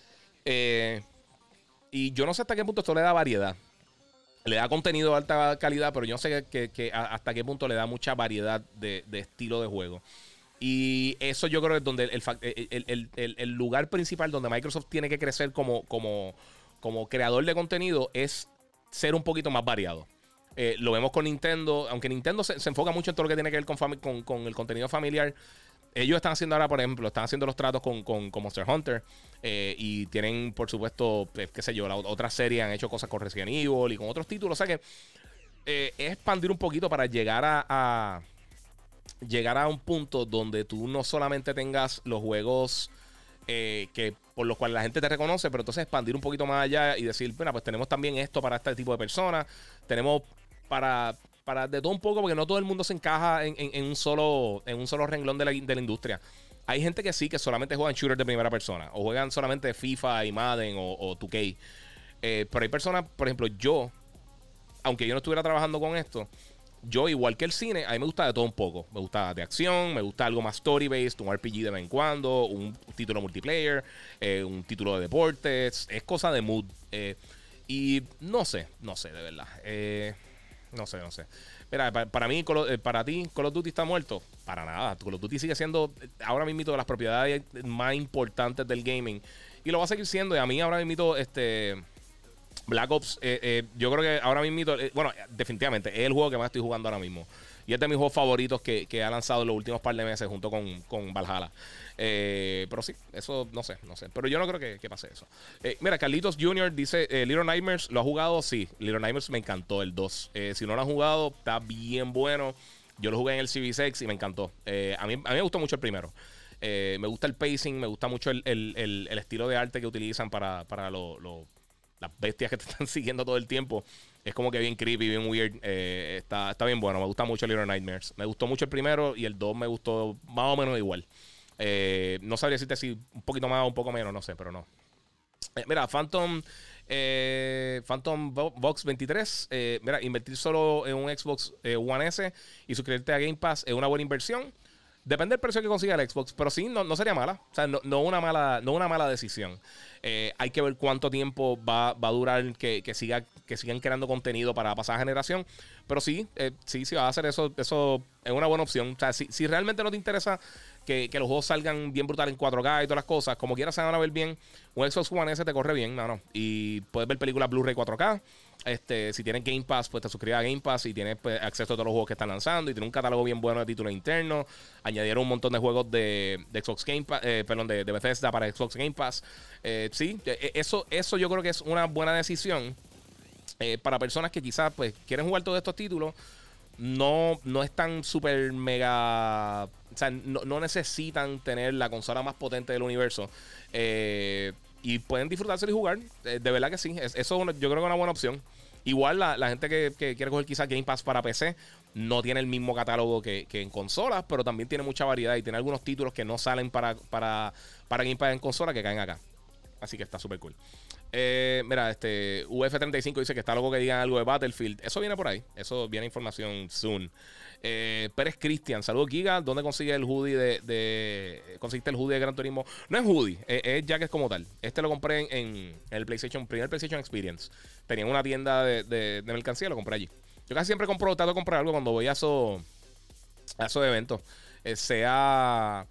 [SPEAKER 1] Y yo no sé hasta qué punto esto le da variedad. Le da contenido de alta calidad, pero yo no sé hasta qué punto le da mucha variedad de estilo de juego. Y eso yo creo que es donde el lugar principal donde Microsoft tiene que crecer como creador de contenido es ser un poquito más variado. Lo vemos con Nintendo, aunque Nintendo se enfoca mucho en todo lo que tiene que ver con el contenido familiar. Ellos están haciendo ahora, por ejemplo, están haciendo los tratos con Monster Hunter. Y tienen, por supuesto, qué sé yo, la otra serie han hecho cosas con Resident Evil y con otros títulos. O sea que es expandir un poquito para llegar a un punto donde tú no solamente tengas los juegos que por los cuales la gente te reconoce, pero entonces expandir un poquito más allá y decir, bueno, pues tenemos también esto para este tipo de personas. Tenemos para de todo un poco, porque no todo el mundo se encaja en un solo renglón de la industria. Hay gente que sí, que solamente juegan shooters de primera persona, o juegan solamente FIFA y Madden o 2K. Pero hay personas, por ejemplo, yo, aunque yo no estuviera trabajando con esto, yo, igual que el cine, a mí me gusta de todo un poco. Me gusta de acción, me gusta algo más story-based, un RPG de vez en cuando, un título multiplayer, un título de deportes. Es cosa de mood. Y no sé, de verdad. No sé. Mira, para mí, para ti, Call of Duty está muerto. Para nada. Call of Duty sigue siendo ahora mismo de las propiedades más importantes del gaming. Y lo va a seguir siendo. Y a mí ahora mismo, Black Ops, yo creo que ahora mismo, bueno, definitivamente es el juego que más estoy jugando ahora mismo. Y es de mis juegos favoritos que ha lanzado en los últimos par de meses junto con Valhalla. Pero sí, eso no sé. Pero yo no creo que pase eso. Mira, Carlitos Jr. dice, Little Nightmares, ¿lo ha jugado? Sí, Little Nightmares me encantó, el 2. Si no lo han jugado, está bien bueno. Yo lo jugué en el Series X y me encantó. A mí me gustó mucho el primero. Me gusta el pacing, me gusta mucho el estilo de arte que utilizan para las bestias que te están siguiendo todo el tiempo. Es como que bien creepy, bien weird. Está bien bueno. Me gusta mucho Little Nightmares. Me gustó mucho el primero y el 2 me gustó más o menos igual. No sabría decirte si un poquito más o un poco menos, no sé, pero no. Mira, Phantom Phantom Box 23. Mira, invertir solo en un Xbox One S y suscribirte a Game Pass es una buena inversión. Depende del precio que consiga el Xbox, pero sí, no sería mala. O sea, no una mala decisión. Hay que ver cuánto tiempo va a durar que sigan creando contenido para pasar generación. Pero sí, sí, va a hacer eso es una buena opción. O sea, si realmente no te interesa que los juegos salgan bien brutal en 4K y todas las cosas, como quieras se van a ver bien, un Xbox One S te corre bien, mano. Y puedes ver películas Blu-ray 4K. Si tienes Game Pass, pues te suscribes a Game Pass y tienes pues, acceso a todos los juegos que están lanzando. Y tiene un catálogo bien bueno de títulos internos. Añadieron un montón de juegos de Xbox Game Pass, perdón, de Bethesda para Xbox Game Pass. Sí, eso yo creo que es una buena decisión para personas que quizás pues quieren jugar todos estos títulos. No están súper mega. O sea, no necesitan tener la consola más potente del universo. Y pueden disfrutárselo y jugar. De verdad que sí. Eso yo creo que es una buena opción. Igual la gente que quiere coger quizás Game Pass para PC no tiene el mismo catálogo que en consolas, pero también tiene mucha variedad y tiene algunos títulos que no salen para Game Pass en consola que caen acá. Así que está súper cool. Mira, UF35 dice que está loco que digan algo de Battlefield. Eso viene por ahí. Eso viene información soon. Pérez Cristian, saludos Giga. ¿Dónde consigue el hoodie conseguiste el hoodie de Gran Turismo? No es hoodie, es jacket como tal. Este lo compré en el primer PlayStation Experience. Tenía una tienda de mercancía, lo compré allí. Yo casi siempre trato de comprar algo cuando voy a esos eventos. Sea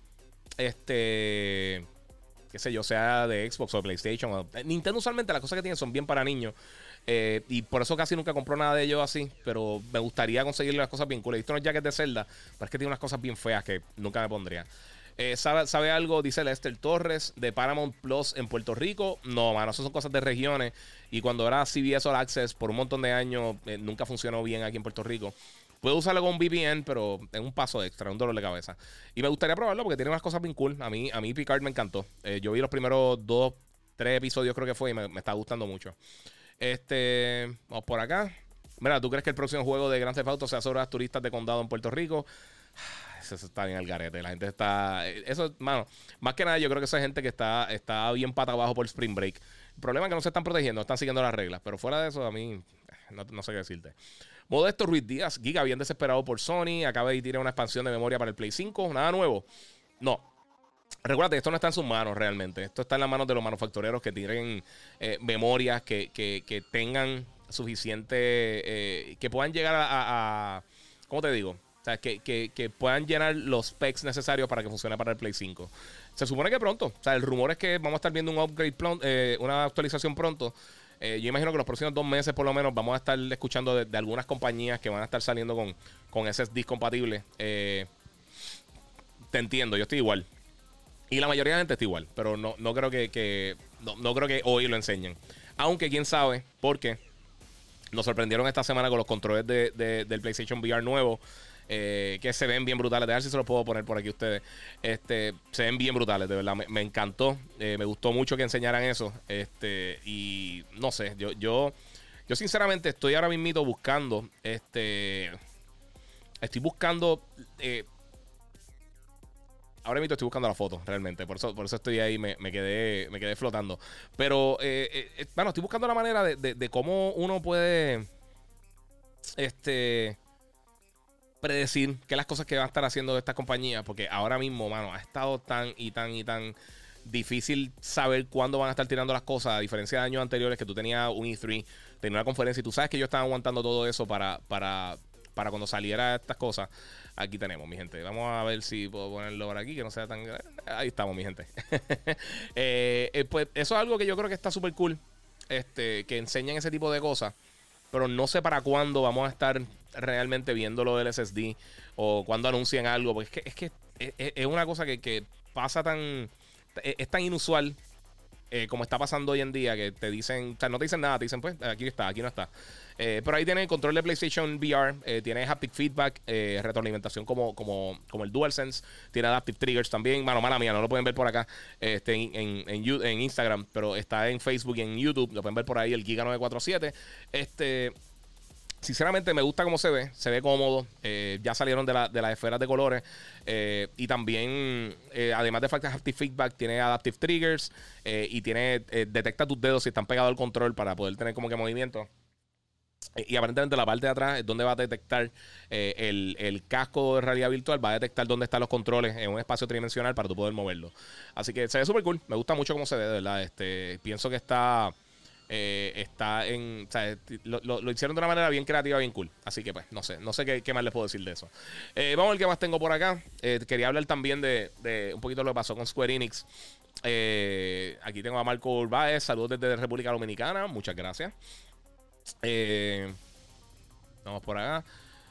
[SPEAKER 1] qué sé yo, sea de Xbox o de PlayStation. Nintendo usualmente las cosas que tienen son bien para niños. Y por eso casi nunca compro nada de ellos así. Pero me gustaría conseguirle las cosas bien cool. He visto unos jackets de Zelda, pero es que tiene unas cosas bien feas que nunca me pondría. ¿Sabe algo? Dice Lester Torres de Paramount Plus en Puerto Rico. No, mano, eso son cosas de regiones. Y cuando era CBS All Access por un montón de años, nunca funcionó bien aquí en Puerto Rico. Puedo usarlo con un VPN, pero es un paso extra, un dolor de cabeza. Y me gustaría probarlo porque tiene unas cosas bien cool. A mí Picard me encantó. Yo vi los primeros 3 episodios, creo que fue, y me está gustando mucho. Vamos por acá. Mira, ¿tú crees que el próximo juego de Grand Theft Auto sea sobre las turistas de condado en Puerto Rico? Eso está bien al garete. La gente está. Eso, mano, más que nada, yo creo que esa gente que está bien pata abajo por Spring Break. El problema es que no se están protegiendo, no están siguiendo las reglas. Pero fuera de eso, a mí no sé qué decirte. Modesto Ruiz Díaz, Giga, bien desesperado por Sony. Acaba de tirar una expansión de memoria para el Play 5. Nada nuevo. No. Recuerda, esto no está en sus manos realmente. Esto está en las manos de los manufactureros que tienen memorias que tengan suficiente. Que puedan llegar a ¿cómo te digo? O sea, que puedan llenar los specs necesarios para que funcione para el Play 5. Se supone que pronto. O sea, el rumor es que vamos a estar viendo un upgrade, una actualización pronto. Yo imagino que los próximos 2 meses por lo menos vamos a estar escuchando de algunas compañías que van a estar saliendo con SSDs compatibles. Te entiendo, yo estoy igual. Y la mayoría de la gente está igual. Pero no creo no creo que hoy lo enseñen. Aunque quién sabe, porque nos sorprendieron esta semana con los controles del PlayStation VR nuevo. Que se ven bien brutales. De ver si se los puedo poner por aquí a ustedes. Se ven bien brutales, de verdad. Me encantó. Me gustó mucho que enseñaran eso. Y no sé, yo sinceramente estoy ahora mismo buscando. Estoy buscando. Ahora mismo estoy buscando la foto, realmente. Por eso estoy ahí, me quedé flotando. Pero, bueno, estoy buscando la manera de cómo uno puede. Predecir qué las cosas que van a estar haciendo estas compañías, porque ahora mismo, mano, ha estado tan difícil saber cuándo van a estar tirando las cosas, a diferencia de años anteriores que tú tenías un E3, tenías una conferencia y tú sabes que yo estaba aguantando todo eso para cuando saliera estas cosas. Aquí tenemos, mi gente. Vamos a ver si puedo ponerlo por aquí, que no sea tan grande. Ahí estamos, mi gente. Pues eso es algo que yo creo que está súper cool, que enseñan ese tipo de cosas. Pero no sé para cuándo vamos a estar realmente viendo lo del SSD o cuando anuncien algo. Porque es una cosa que pasa es tan inusual como está pasando hoy en día, que te dicen, o sea, no te dicen nada, te dicen, pues, aquí está, aquí no está. Pero ahí tiene el control de PlayStation VR, tiene haptic feedback, retroalimentación como el DualSense, tiene adaptive triggers también. Mala mía, no lo pueden ver por acá en Instagram, pero está en Facebook y en YouTube, lo pueden ver por ahí, el Giga 947. Sinceramente me gusta cómo se ve cómodo. Ya salieron de las esferas de colores. Y también, además de Haptic Feedback, tiene Adaptive Triggers. Y tiene detecta tus dedos si están pegados al control para poder tener como que movimiento. Y aparentemente la parte de atrás es donde va a detectar el casco de realidad virtual. Va a detectar dónde están los controles en un espacio tridimensional para tú poder moverlo. Así que se ve súper cool. Me gusta mucho cómo se ve, de verdad. Pienso que está en. O sea, lo hicieron de una manera bien creativa, bien cool. Así que, pues, no sé qué más les puedo decir de eso. Vamos a ver qué más tengo por acá. Quería hablar también de un poquito de lo que pasó con Square Enix. Aquí tengo a Marco Urbáez. Saludos desde República Dominicana. Muchas gracias. Vamos por acá.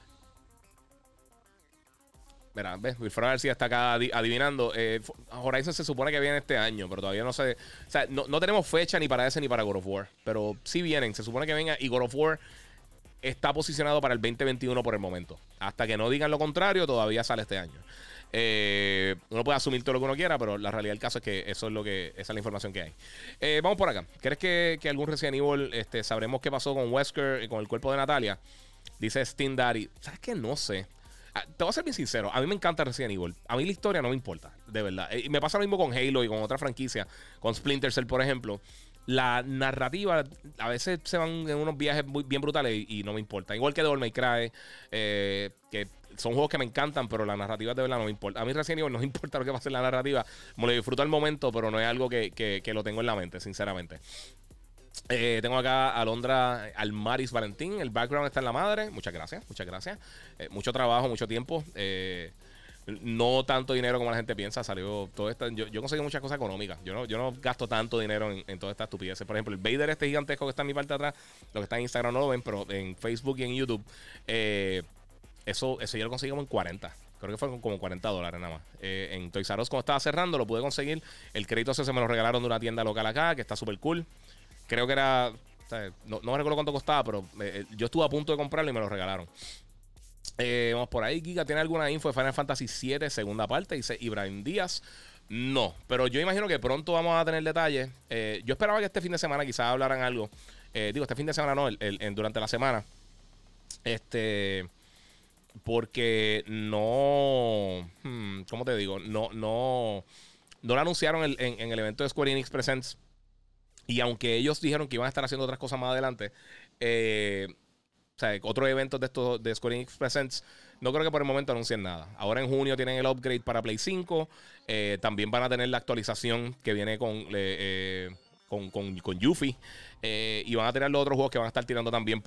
[SPEAKER 1] Mira, ves, Wilfredo García está acá adivinando. Horizon se supone que viene este año, pero todavía no sé. O sea, no tenemos fecha ni para ese ni para God of War. Pero sí vienen, se supone que venga. Y God of War está posicionado para el 2021 por el momento. Hasta que no digan lo contrario, todavía sale este año. Uno puede asumir todo lo que uno quiera, pero la realidad del caso es que esa es la información que hay. Vamos por acá. ¿Crees que algún Resident Evil sabremos qué pasó con Wesker y con el cuerpo de Natalia? Dice Steam Daddy. ¿Sabes qué? No sé. Te voy a ser bien sincero. A mí me encanta Resident Evil. A mí la historia no me importa, de verdad. Y me pasa lo mismo con Halo y con otra franquicia. Con Splinter Cell, por ejemplo. La narrativa a veces se van en unos viajes bien brutales y no me importa. Igual que Devil May Cry, que son juegos que me encantan, pero la narrativa de verdad no me importa. A mí Resident Evil no me importa lo que pase en la narrativa. Me lo disfruto al momento, pero no es algo que lo tengo en la mente, sinceramente. Tengo acá a Alondra Almaris Valentín. El background está en la madre. Muchas gracias, muchas gracias. Mucho trabajo, mucho tiempo. No tanto dinero como la gente piensa. Salió todo esto. Yo conseguí muchas cosas económicas. Yo no gasto tanto dinero en todas estas estupideces. Por ejemplo, el Vader gigantesco que está en mi parte de atrás. Lo que está en Instagram no lo ven, pero en Facebook y en YouTube. Eso yo lo conseguí como en 40. Creo que fue como $40 nada más. En Toys R Us, cuando estaba cerrando, lo pude conseguir. El crédito ese se me lo regalaron de una tienda local acá, que está súper cool. Creo que era. O sea, no me recuerdo cuánto costaba, pero yo estuve a punto de comprarlo y me lo regalaron. Vamos por ahí. Giga, ¿tiene alguna info de Final Fantasy VII, segunda parte? Dice Ibrahim Díaz. No, pero yo imagino que pronto vamos a tener detalles. Yo esperaba que este fin de semana quizás hablaran algo. Este fin de semana no, durante la semana. Porque no. ¿Cómo te digo? No lo anunciaron en el evento de Square Enix Presents. Y aunque ellos dijeron que iban a estar haciendo otras cosas más adelante, o sea, otros eventos de estos de Square Enix Presents, no creo que por el momento anuncien nada. Ahora en junio tienen el upgrade para Play 5. También van a tener la actualización que viene con Yuffie. Y van a tener los otros juegos que van a estar tirando también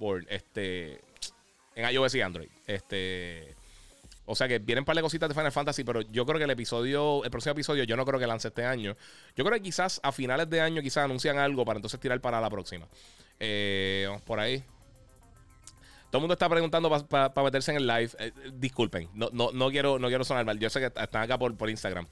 [SPEAKER 1] en iOS y Android. O sea que vienen un par de cositas de Final Fantasy, pero yo creo que el próximo episodio, yo no creo que lance este año. Yo creo que quizás a finales de año quizás anuncian algo para entonces tirar para la próxima. Vamos por ahí. Todo el mundo está preguntando para meterse en el live. Disculpen, no quiero sonar mal. Yo sé que están acá por Instagram.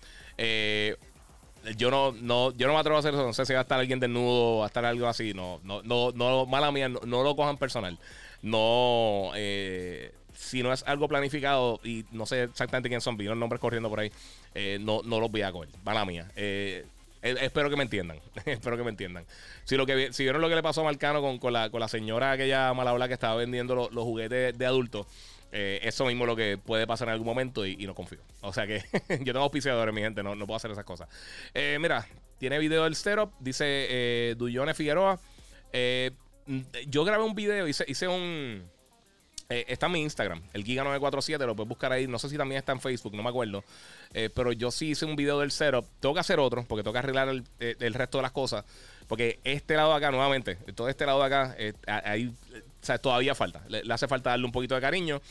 [SPEAKER 1] Yo no me atrevo a hacer eso. No sé si va a estar alguien desnudo, va a estar algo así. No, mala mía, no lo cojan personal. No, si no es algo planificado y no sé exactamente quién son, vi los nombres corriendo por ahí, no los voy a coger. Mala mía. Espero que me entiendan. Espero que me entiendan. Si vieron lo que le pasó a Marcano con la señora aquella mala habla que estaba vendiendo los juguetes de adultos, eso mismo es lo que puede pasar en algún momento y no confío. O sea que yo tengo auspiciadores, mi gente, no puedo hacer esas cosas. Mira, tiene video del setup, dice Duyone Figueroa. Yo grabé un video, hice un... está en mi Instagram, el Giga947, lo puedes buscar ahí. No sé si también está en Facebook, no me acuerdo. Pero yo sí hice un video del setup. Tengo que hacer otro, porque tengo que arreglar el resto de las cosas. Porque este lado de acá, nuevamente, todo este lado de acá, ahí, o sea, todavía falta. Le hace falta darle un poquito de cariño.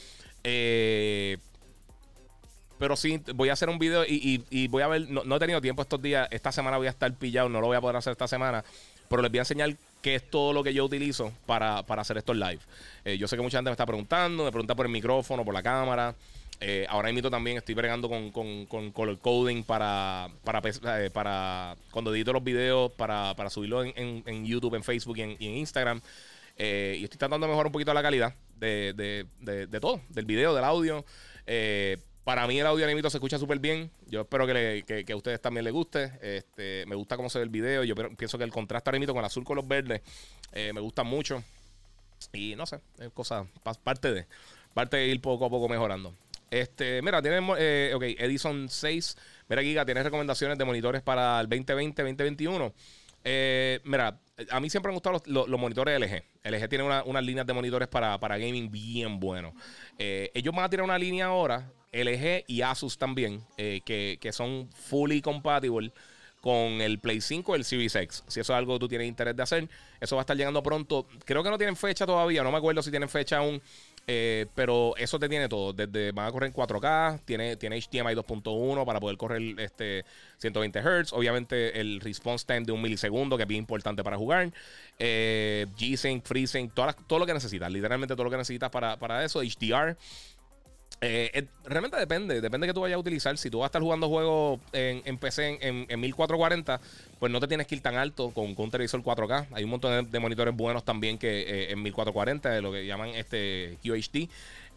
[SPEAKER 1] Pero sí, voy a hacer un video y voy a ver. No he tenido tiempo estos días. Esta semana voy a estar pillado, no lo voy a poder hacer esta semana. Pero les voy a enseñar qué es todo lo que yo utilizo para hacer estos live. Yo sé que mucha gente me está preguntando, me pregunta por el micrófono, por la cámara. Ahora mismo también estoy bregando con color coding para cuando edito los videos, para subirlo en YouTube, en Facebook y en Instagram. Y estoy tratando de mejorar un poquito la calidad de todo, del video, del audio. Para mí el audio animito se escucha súper bien. Yo espero que a ustedes también les guste. Me gusta cómo se ve el video. Yo pienso que el contraste animito con el azul con los verdes me gusta mucho. Y no sé, es cosa, parte de ir poco a poco mejorando. Mira, tenemos, ok, Edison 6. Mira, Giga, ¿tienes recomendaciones de monitores para el 2020, 2021? Mira, a mí siempre me han gustado los monitores LG. LG tiene unas líneas de monitores para gaming bien buenos. Ellos van a tirar una línea ahora, LG y Asus también, que son fully compatible con el Play 5 y el Series X. Si eso es algo que tú tienes interés de hacer, eso va a estar llegando pronto. Creo que no tienen fecha todavía, no me acuerdo si tienen fecha aún. Pero eso te tiene todo. Van a correr en 4K, tiene HDMI 2.1 para poder correr 120 Hz. Obviamente el response time de 1 milisegundo, que es bien importante para jugar. G-Sync, FreeSync, todo lo que necesitas. Literalmente todo lo que necesitas para eso. HDR. Realmente depende que tú vayas a utilizar. Si tú vas a estar jugando juegos en PC en 1440, pues no te tienes que ir tan alto con un televisor 4K. Hay un montón de monitores buenos también que en 1440, lo que llaman QHD.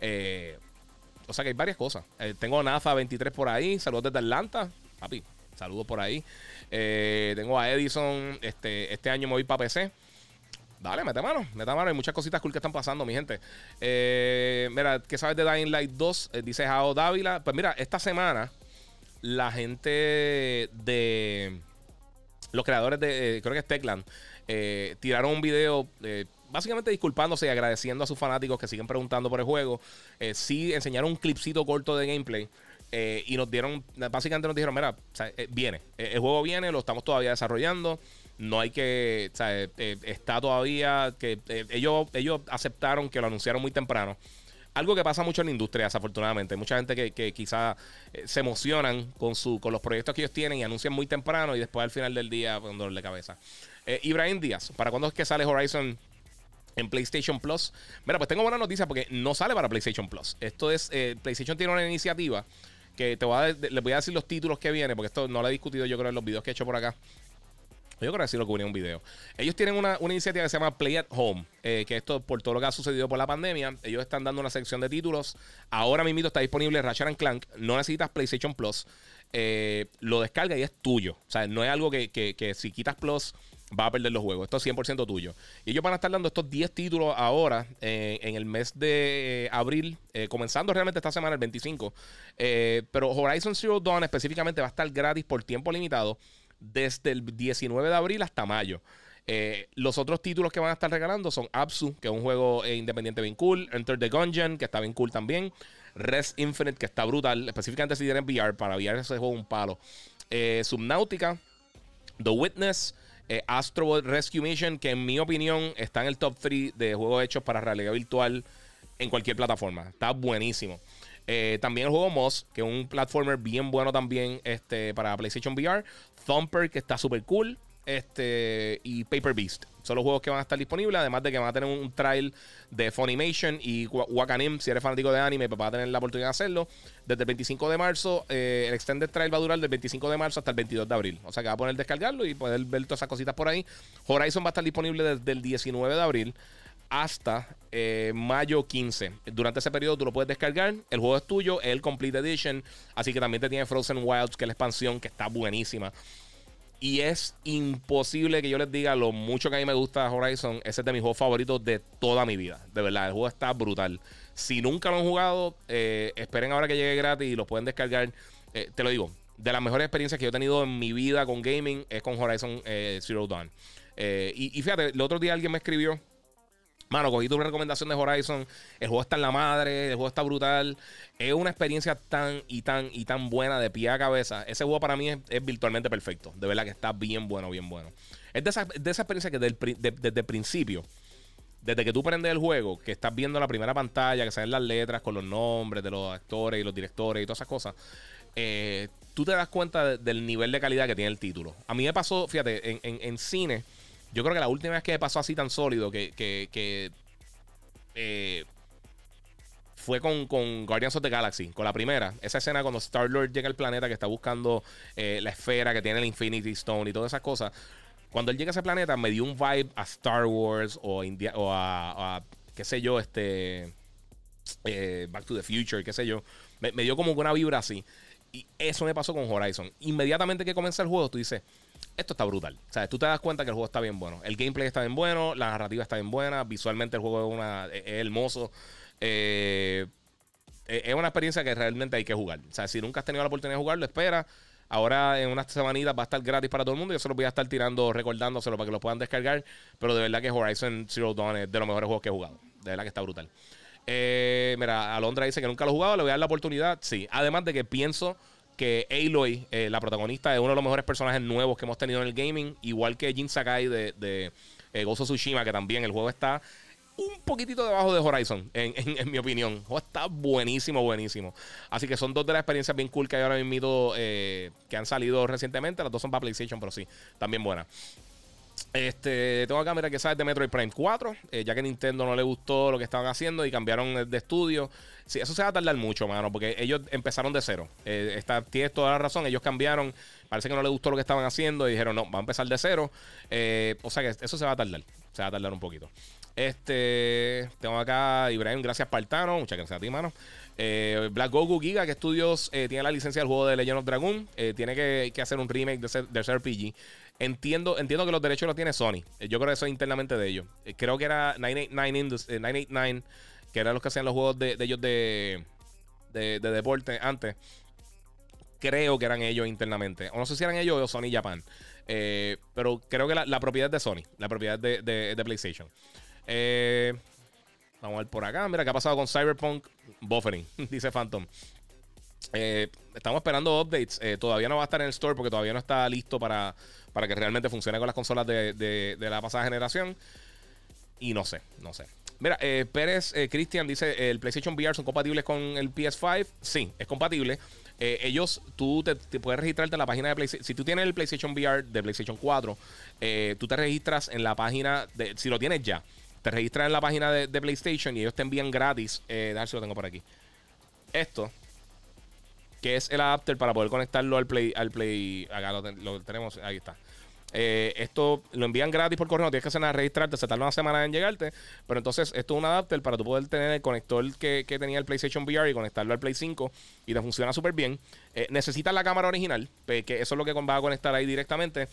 [SPEAKER 1] O sea que hay varias cosas. Tengo NASA 23 por ahí. Saludos desde Atlanta, papi. Saludos por ahí. Tengo a Edison. Este año me voy para PC. Dale, mete mano. Hay muchas cositas cool que están pasando, mi gente. Mira, ¿qué sabes de Dying Light 2? Dice Jao Dávila. Pues mira, esta semana la gente de los creadores de, creo que es Techland, tiraron un video básicamente disculpándose y agradeciendo a sus fanáticos que siguen preguntando por el juego. Sí enseñaron un clipcito corto de gameplay. Y básicamente nos dijeron, mira, o sea, viene. El juego viene, lo estamos todavía desarrollando. No hay que, o sea, está todavía que ellos aceptaron que lo anunciaron muy temprano. Algo que pasa mucho en la industria, desafortunadamente. Hay mucha gente que quizá se emocionan con los proyectos que ellos tienen y anuncian muy temprano y después al final del día con dolor de cabeza. Ibrahim Díaz, ¿para cuándo es que sale Horizon en PlayStation Plus? Mira, pues tengo buena noticia porque no sale para PlayStation Plus. Esto es, PlayStation tiene una iniciativa que les voy a decir los títulos que viene, porque esto no lo he discutido yo creo en los videos que he hecho por acá. Yo creo que sí lo cubrí en un video. Ellos tienen una iniciativa que se llama Play at Home, que esto por todo lo que ha sucedido por la pandemia, ellos están dando una sección de títulos. Ahora mismo está disponible Ratchet & Clank. No necesitas PlayStation Plus. Lo descarga y es tuyo. O sea, no es algo que si quitas Plus vas a perder los juegos. Esto es 100% tuyo. Y ellos van a estar dando estos 10 títulos ahora en el mes de abril, comenzando realmente esta semana, el 25. Pero Horizon Zero Dawn específicamente va a estar gratis por tiempo limitado desde el 19 de abril hasta mayo. Los otros títulos que van a estar regalando son Absu, que es un juego independiente bien cool. Enter the Gungeon, que está bien cool también. Res Infinite, que está brutal. Específicamente si tienen VR. Para VR ese juego es un palo. Subnautica, The Witness, Astro Bot Rescue Mission, que en mi opinión está en el top 3 de juegos hechos para realidad virtual en cualquier plataforma. Está buenísimo. También el juego Moss, que es un platformer bien bueno también para PlayStation VR. Thumper, que está súper cool. Y Paper Beast. Son los juegos que van a estar disponibles. Además de que van a tener un trial de Funimation y Wakanim. Si eres fanático de anime, pues vas a tener la oportunidad de hacerlo. Desde el 25 de marzo. El Extended Trial va a durar del 25 de marzo hasta el 22 de abril. O sea que va a poder descargarlo y poder ver todas esas cositas por ahí. Horizon va a estar disponible desde el 19 de abril hasta mayo 15. Durante ese periodo tú lo puedes descargar. El juego es tuyo, es el Complete Edition. Así que también te tiene Frozen Wilds, que es la expansión, que está buenísima. Y es imposible que yo les diga lo mucho que a mí me gusta Horizon. Ese es de mis juegos favoritos de toda mi vida. De verdad, el juego está brutal. Si nunca lo han jugado, esperen ahora que llegue gratis y lo pueden descargar. Te lo digo, de las mejores experiencias que yo he tenido en mi vida con gaming es con Horizon Zero Dawn. Y fíjate, el otro día alguien me escribió: mano, cogí tu recomendación de Horizon. El juego está en la madre. El juego está brutal. Es una experiencia tan buena de pie a cabeza. Ese juego para mí es virtualmente perfecto. De verdad que está bien bueno, bien bueno. Es de esa experiencia que desde el principio, desde que tú prendes el juego, que estás viendo la primera pantalla, que salen las letras con los nombres de los actores y los directores y todas esas cosas, tú te das cuenta del nivel de calidad que tiene el título. A mí me pasó, fíjate, en cine. Yo creo que la última vez que me pasó así tan sólido fue con Guardians of the Galaxy, con la primera. Esa escena cuando Star-Lord llega al planeta que está buscando la esfera que tiene el Infinity Stone y todas esas cosas. Cuando él llega a ese planeta me dio un vibe a Star Wars o a qué sé yo, Back to the Future, qué sé yo. Me dio como una vibra así. Y eso me pasó con Horizon. Inmediatamente que comienza el juego, tú dices, esto está brutal. O sea, tú te das cuenta que el juego está bien bueno. El gameplay está bien bueno, la narrativa está bien buena, visualmente el juego es hermoso. Es una experiencia que realmente hay que jugar. O sea, si nunca has tenido la oportunidad de jugarlo, espera. Ahora en unas semanitas va a estar gratis para todo el mundo. Yo se los voy a estar tirando, recordándoselo para que lo puedan descargar. Pero de verdad que Horizon Zero Dawn es de los mejores juegos que he jugado. De verdad que está brutal. Mira, Alondra dice que nunca lo he jugado. Le voy a dar la oportunidad. Sí. Además de que pienso que Aloy, la protagonista, es uno de los mejores personajes nuevos que hemos tenido en el gaming. Igual que Jin Sakai de Ghost of Tsushima, que también el juego está un poquitito debajo de Horizon, en mi opinión. El juego está buenísimo, buenísimo. Así que son dos de las experiencias bien cool que hay ahora mismo que han salido recientemente. Las dos son para PlayStation, pero sí, también buenas. Tengo acá, mira, que sabes de Metroid Prime 4, ya que Nintendo no le gustó lo que estaban haciendo y cambiaron de estudio. Sí, eso se va a tardar mucho, mano, porque ellos empezaron de cero. Tienes toda la razón, ellos cambiaron, parece que no les gustó lo que estaban haciendo y dijeron, no, va a empezar de cero. O sea que eso se va a tardar un poquito. Tengo acá Ibrahim, gracias Partano, muchas gracias a ti, mano. Black Goku Giga, que estudios tiene la licencia del juego de Legend of Dragoon, tiene que hacer un remake de ese RPG. Entiendo que los derechos los tiene Sony. Yo creo que eso es internamente de ellos. Creo que era 989, que eran los que hacían los juegos de ellos de deporte antes. Creo que eran ellos internamente. O no sé si eran ellos o Sony Japan. Pero creo que la propiedad es de Sony. La propiedad es de PlayStation. Vamos a ver por acá. Mira, ¿qué ha pasado con Cyberpunk? Buffering, dice Phantom. Estamos esperando updates. Todavía no va a estar en el store porque todavía no está listo para que realmente funcione con las consolas de la pasada generación. Y no sé. Mira, Pérez Cristian dice: ¿el PlayStation VR son compatibles con el PS5? Sí, es compatible. Tú te puedes registrarte en la página de PlayStation. Si tú tienes el PlayStation VR de PlayStation 4, tú te registras en la página si lo tienes ya, te registras en la página de PlayStation y ellos te envían gratis. A ver si lo tengo por aquí. Esto, que es el adapter para poder conectarlo al Play. Acá lo tenemos, ahí está. Esto lo envían gratis por correo, no tienes que hacer nada, registrarte, se tarda una semana en llegarte. Pero entonces esto es un adapter para tú poder tener el conector que tenía el PlayStation VR y conectarlo al Play 5 y te funciona súper bien. Necesitas la cámara original, que eso es lo que va a conectar ahí directamente.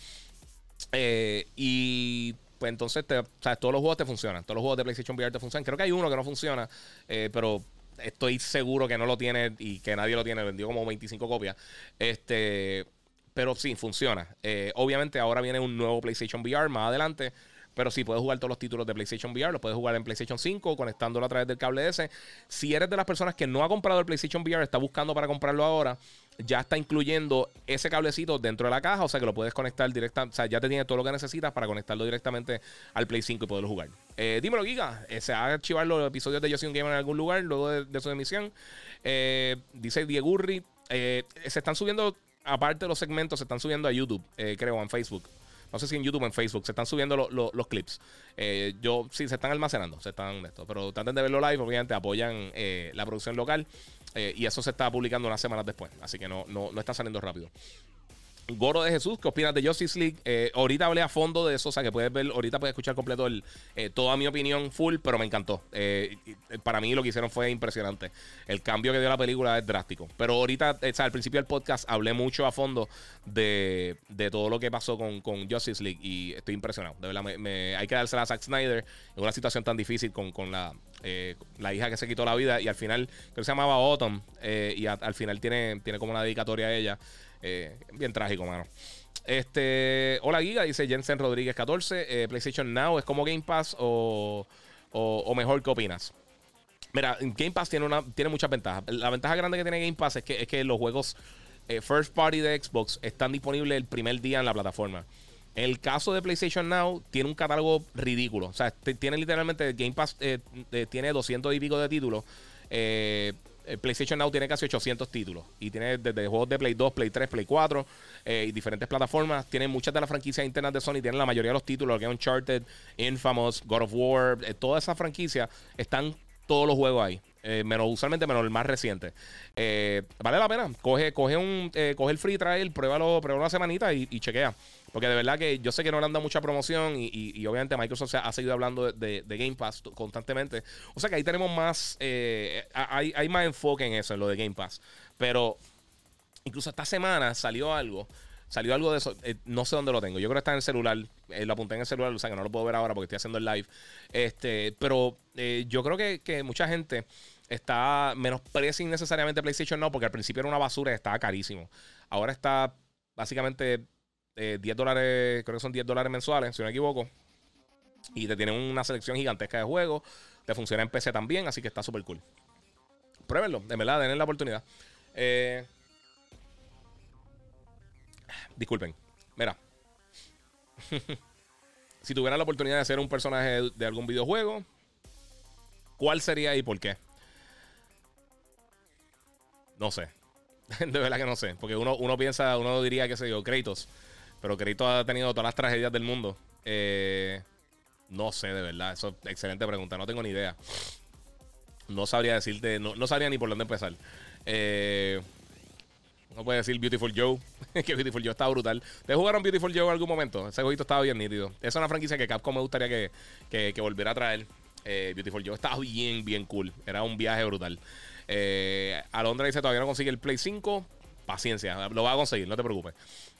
[SPEAKER 1] Y pues entonces todos los juegos te funcionan, todos los juegos de PlayStation VR te funcionan. Creo que hay uno que no funciona, pero estoy seguro que no lo tiene y que nadie lo tiene. Vendió como 25 copias. Pero sí, funciona. Obviamente ahora viene un nuevo PlayStation VR más adelante. Pero sí, puedes jugar todos los títulos de PlayStation VR. Los puedes jugar en PlayStation 5, conectándolo a través del cable ese. Si eres de las personas que no ha comprado el PlayStation VR, está buscando para comprarlo ahora, ya está incluyendo ese cablecito dentro de la caja. O sea que lo puedes conectar directamente. O sea, ya te tiene todo lo que necesitas para conectarlo directamente al Play 5 y poderlo jugar. Dímelo, Giga. ¿Se va a archivar los episodios de Yo Soy un Gamer en algún lugar luego de su emisión? Dice Diego Urri. Se están subiendo, aparte de los segmentos, se están subiendo a YouTube, creo, en Facebook. No sé si en YouTube o en Facebook se están subiendo los clips. Sí, se están almacenando, pero traten de verlo live, obviamente apoyan la producción local. Y eso se está publicando unas semanas después. Así que no está saliendo rápido. Goro de Jesús, ¿qué opinas de Justice League? Ahorita hablé a fondo de eso, o sea que puedes ver, ahorita puedes escuchar completo toda mi opinión full, pero me encantó. Para mí lo que hicieron fue impresionante. El cambio que dio la película es drástico. Pero ahorita, al principio del podcast, hablé mucho a fondo de todo lo que pasó con Justice League y estoy impresionado. De verdad, hay que dársela a Zack Snyder en una situación tan difícil con la hija que se quitó la vida y al final, creo que se llamaba Autumn, y al final tiene como una dedicatoria a ella. Bien trágico, mano. Hola Giga, dice Jensen Rodríguez 14. PlayStation Now es como Game Pass o mejor, ¿qué opinas? Mira, Game Pass tiene muchas ventajas. La ventaja grande que tiene Game Pass es que los juegos first party de Xbox están disponibles el primer día en la plataforma. En el caso de PlayStation Now, tiene un catálogo ridículo. O sea, tiene literalmente Game Pass, tiene 200 y pico de títulos. PlayStation Now tiene casi 800 títulos y tiene desde juegos de Play 2, Play 3, Play 4 y diferentes plataformas. Tiene muchas de las franquicias internas de Sony, tienen la mayoría de los títulos, lo que es Uncharted, Infamous, God of War, todas esas franquicias, están todos los juegos ahí. Usualmente menos el más reciente. Vale la pena. Coge el free trial, pruébalo una semanita y chequea. Porque de verdad que yo sé que no le han dado mucha promoción y obviamente Microsoft ha seguido hablando de Game Pass constantemente. O sea que ahí tenemos más, hay más enfoque en eso, en lo de Game Pass. Pero incluso esta semana salió algo Salió algo de eso. No sé dónde lo tengo. Yo creo que está en el celular. Lo apunté en el celular, o sea que no lo puedo ver ahora porque estoy haciendo el live. Pero yo creo que mucha gente está menosprecia innecesariamente PlayStation Now porque al principio era una basura y estaba carísimo. Ahora está básicamente $10, creo que son $10 mensuales, si no me equivoco. Y te tienen una selección gigantesca de juegos. Te funciona en PC también, así que está súper cool. Pruébenlo, de verdad, denle la oportunidad. Disculpen, mira. Si tuvieran la oportunidad de ser un personaje de algún videojuego, ¿cuál sería y por qué? No sé. De verdad que no sé. Porque uno piensa, uno diría, qué sé yo, Kratos. Pero Kratos ha tenido todas las tragedias del mundo. No sé, de verdad. Eso es excelente pregunta. No tengo ni idea. No sabría decirte. No sabría ni por dónde empezar. No puede decir Beautiful Joe. Que Beautiful Joe estaba brutal. ¿Ustedes jugaron Beautiful Joe en algún momento? Ese jueguito estaba bien nítido. Esa es una franquicia que Capcom me gustaría que volviera a traer. Beautiful Joe estaba bien, bien cool. Era un viaje brutal. Alondra dice: todavía no consigue el Play 5. Paciencia, lo va a conseguir, no te preocupes.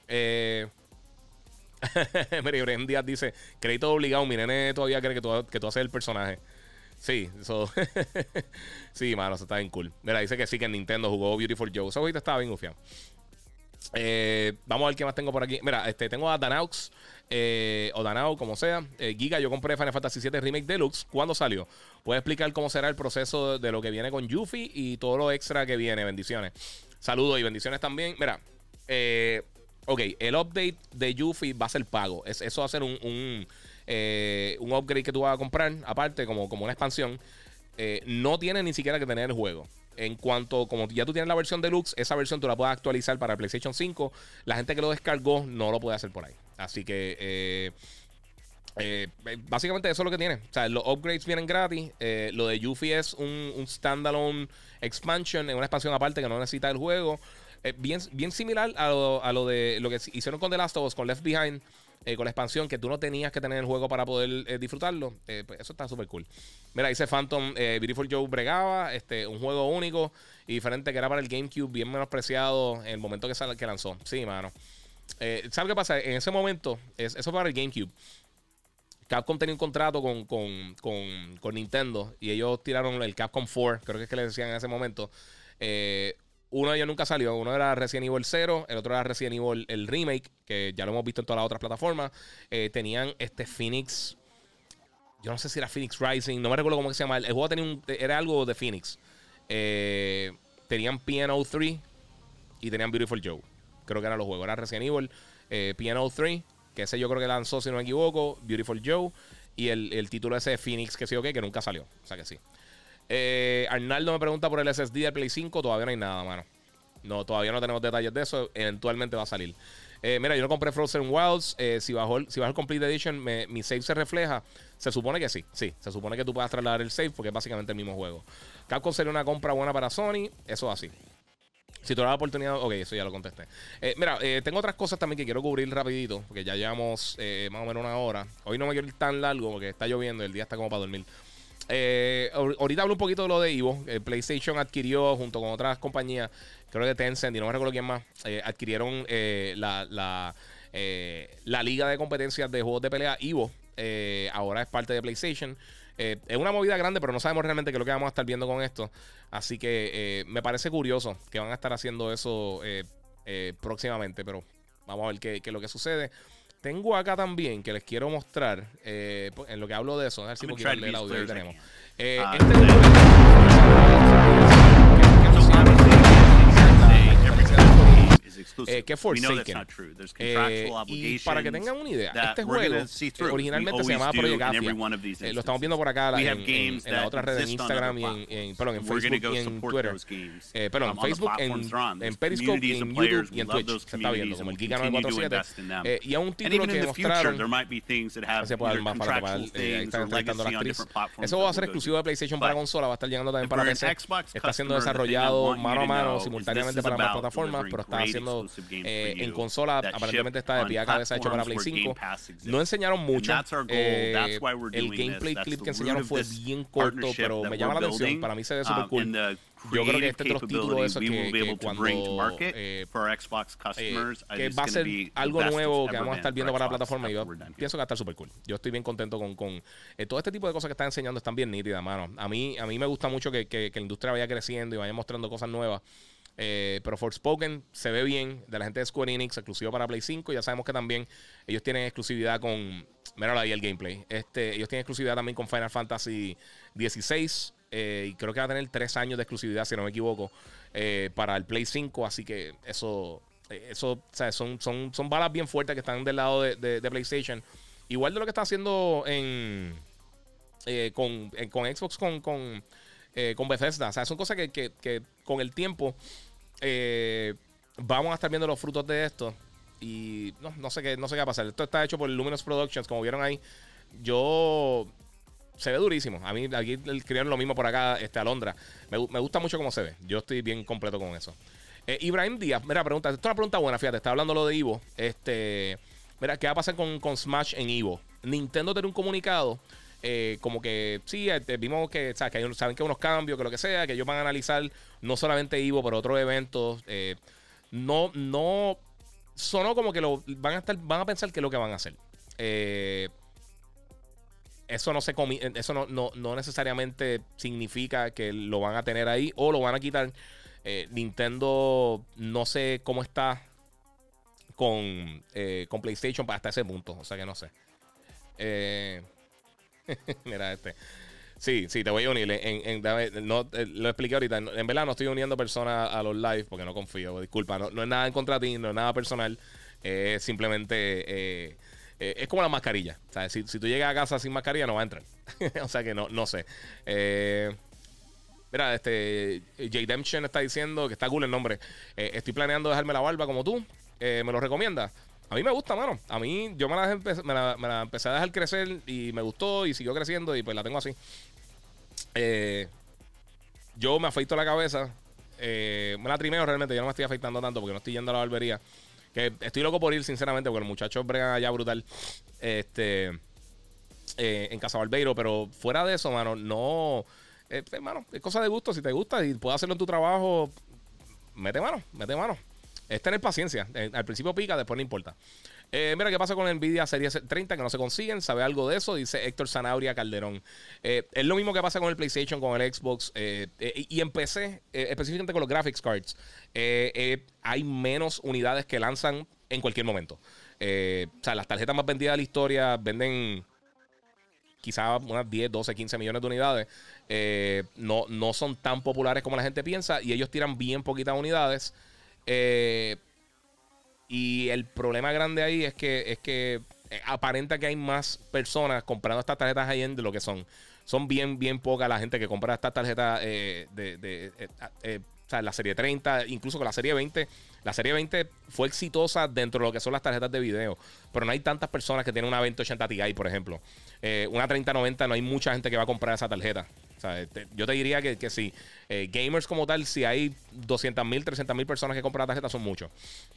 [SPEAKER 1] Mira, Ibrahim Díaz dice: crédito obligado, mi nene todavía cree que tú haces el personaje. Sí, eso. Sí, mano, eso está bien cool. Mira, dice que sí, que en Nintendo jugó Beautiful Joe. Ese jueguito estaba bien gufiado. Vamos a ver qué más tengo por aquí. Mira, tengo a Danaux, o Danao, como sea. Giga, yo compré Final Fantasy VII Remake Deluxe. ¿Cuándo salió? ¿Puedes explicar cómo será el proceso de lo que viene con Yuffie y todo lo extra que viene? Bendiciones. Saludos y bendiciones también. Mira, ok, el update de Yuffie va a ser pago. Eso va a ser un upgrade que tú vas a comprar, aparte, como una expansión. No tiene ni siquiera que tener el juego. En cuanto, como ya tú tienes la versión deluxe, esa versión tú la puedes actualizar para PlayStation 5. La gente que lo descargó no lo puede hacer por ahí. Así que básicamente eso es lo que tiene. O sea, los upgrades vienen gratis. Lo de Yuffie es un standalone expansion, una expansión aparte que no necesita el juego. Bien similar a lo de lo que hicieron con The Last of Us, con Left Behind. Con la expansión, que tú no tenías que tener el juego para poder disfrutarlo. Pues eso está súper cool. Mira, dice Phantom, Beautiful Joe bregaba, un juego único y diferente que era para el GameCube, bien menospreciado en el momento que lanzó. Sí, mano. ¿Sabes qué pasa? En ese momento, eso fue para el GameCube. Capcom tenía un contrato con Nintendo y ellos tiraron el Capcom 4, creo que es que le decían en ese momento. Uno de ellos nunca salió. Uno era Resident Evil 0. El otro era Resident Evil, el remake, que ya lo hemos visto en todas las otras plataformas. Tenían Phoenix. Yo no sé si era Phoenix Rising. No me recuerdo cómo se llama. El juego era algo de Phoenix. Tenían Piano 3 y tenían Beautiful Joe. Creo que eran los juegos. Era Resident Evil, Piano 3, que ese yo creo que lanzó, si no me equivoco, Beautiful Joe. Y el título ese de Phoenix, que sí o qué, que nunca salió. O sea que sí. Arnaldo me pregunta por el SSD del Play 5. Todavía no hay nada, mano. No, todavía no tenemos detalles de eso. Eventualmente va a salir. Mira, yo no compré Frozen Wilds. Si bajo el Complete Edition, mi save se refleja. Se supone que sí. Sí, se supone que tú puedas trasladar el save porque es básicamente el mismo juego. Capcom sería una compra buena para Sony. Eso así. Si te da la oportunidad. Ok, eso ya lo contesté. Mira, tengo otras cosas también que quiero cubrir rapidito. Porque ya llevamos más o menos una hora. Hoy no me quiero ir tan largo porque está lloviendo y el día está como para dormir. Ahorita hablo un poquito de lo de Evo. PlayStation adquirió junto con otras compañías, creo que Tencent y no me recuerdo quién más, adquirieron la liga de competencias de juegos de pelea Evo. Ahora es parte de PlayStation. Es una movida grande, pero no sabemos realmente qué es lo que vamos a estar viendo con esto. Así que me parece curioso que van a estar haciendo eso próximamente, pero vamos a ver qué es lo que sucede. Tengo acá también que les quiero mostrar en lo que hablo de eso. A ver si puedo quitarle el audio que tenemos. Que es Forsaken. Y para que tengan una idea, este juego originalmente se llamaba Project Athia. Lo estamos viendo por acá en la otra red, en Instagram y en Facebook y en Twitter. Perdón, en Facebook, en Periscope, y en YouTube y en Twitch. Se está viendo como el Giga 947. Y a un título que mostraron. Se puede dar más para ahí están entrevistando a la actriz. Eso va a ser exclusivo de PlayStation para consola. Va a estar llegando también para PC. Está siendo desarrollado mano a mano simultáneamente para ambas plataformas, pero está siendo En consola, aparentemente está de pie a cabeza hecho para Play 5. No enseñaron mucho. El gameplay clip que enseñaron fue bien corto, pero me llama la atención. Para mí se ve super cool. Yo creo que este es de los títulos de esos que cuando que va a ser algo nuevo que vamos a estar viendo para la plataforma, y yo pienso que va a estar super cool. Yo estoy bien contento con todo este tipo de cosas que están enseñando. Están bien nítidas, mano. A mí me gusta mucho que la industria vaya creciendo y vaya mostrando cosas nuevas. Pero Forspoken se ve bien, de la gente de Square Enix, exclusivo para Play 5. Ya sabemos que también ellos tienen exclusividad con... Míralo ahí el gameplay. Ellos tienen exclusividad también con Final Fantasy XVI. Y creo que va a tener 3 años de exclusividad, si no me equivoco, para el Play 5. Así que eso o sea, son balas bien fuertes que están del lado de PlayStation. Igual de lo que está haciendo con Xbox, con Bethesda. O sea, son cosas que con el tiempo vamos a estar viendo los frutos de esto. Y no sé qué va a pasar. Esto está hecho por Luminous Productions, como vieron ahí. Se ve durísimo. A mí aquí escribieron lo mismo por acá, Alondra. Me gusta mucho cómo se ve. Yo estoy bien completo con eso. Ibrahim Díaz, mira, pregunta. Esto es una pregunta buena, fíjate. Está hablando lo de Evo. Mira, ¿qué va a pasar con Smash en Evo? Nintendo tiene un comunicado. Como que sí, vimos que, ¿sabes? Que saben que hay unos cambios, que lo que sea, que ellos van a analizar no solamente Evo, pero otros eventos. No sonó como que van a pensar que es lo que van a hacer. Eso no necesariamente significa que lo van a tener ahí o lo van a quitar. Nintendo no sé cómo está con PlayStation hasta ese punto. O sea que no sé. Mira Sí, te voy a unir. Lo expliqué ahorita. En verdad no estoy uniendo personas a los live porque no confío. Disculpa, no es nada en contra de ti, no es nada personal. Simplemente es como la mascarilla. O sea, si tú llegas a casa sin mascarilla no va a entrar. O sea que no sé. Mira, J-Demption está diciendo que está cool el nombre. Estoy planeando dejarme la barba como tú. ¿Me lo recomiendas? A mí me gusta, mano. A mí yo me la empecé a dejar crecer y me gustó y siguió creciendo y pues la tengo así. Yo me afeito la cabeza. Me la trimeo realmente. Yo no me estoy afeitando tanto porque no estoy yendo a la barbería. Que estoy loco por ir, sinceramente, porque los muchachos bregan allá brutal. En Casa Barbeiro. Pero fuera de eso, mano, no... mano, es cosa de gusto. Si te gusta y puedes hacerlo en tu trabajo, mete mano. Es tener paciencia. Al principio pica, después no importa. Mira qué pasa con Nvidia Series 30 que no se consiguen. ¿Sabe algo de eso? Dice Héctor Zanabria Calderón. Es lo mismo que pasa con el PlayStation, con el Xbox y en PC, específicamente con los graphics cards. Hay menos unidades que lanzan en cualquier momento. O sea, las tarjetas más vendidas de la historia venden quizás unas 10, 12, 15 millones de unidades. No son tan populares como la gente piensa y ellos tiran bien poquitas unidades. Y el problema grande ahí es que aparenta que hay más personas comprando estas tarjetas high-end de lo que son. Son bien pocas la gente que compra estas tarjetas o sea, la serie 30, incluso con la serie 20. La serie 20 fue exitosa dentro de lo que son las tarjetas de video, pero no hay tantas personas que tienen una 2080 Ti, por ejemplo. Una 3090, no hay mucha gente que va a comprar esa tarjeta. O sea, yo te diría que sí. Gamers como tal, si hay 200,000, 300,000 personas que compran la tarjeta, son muchos.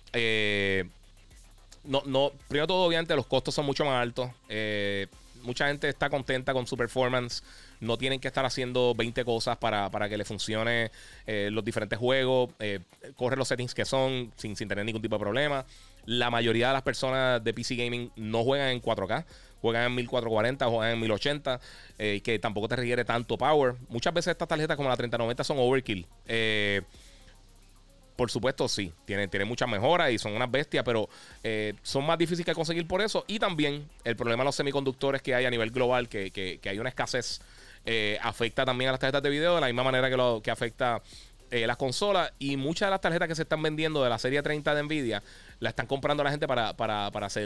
[SPEAKER 1] Primero todo, obviamente, los costos son mucho más altos. Mucha gente está contenta con su performance. No tienen que estar haciendo 20 cosas para que le funcione los diferentes juegos. Corre los settings que son sin tener ningún tipo de problema. La mayoría de las personas de PC Gaming no juegan en 4K. Juegan en 1440, juegan en 1080, que tampoco te requiere tanto power. Muchas veces estas tarjetas como la 3090 son overkill. Por supuesto, sí, tiene muchas mejoras y son unas bestias, pero son más difíciles de conseguir por eso. Y también el problema de los semiconductores que hay a nivel global, que hay una escasez, afecta también a las tarjetas de video de la misma manera que afecta las consolas. Y muchas de las tarjetas que se están vendiendo de la serie 30 de Nvidia la están comprando la gente para hacer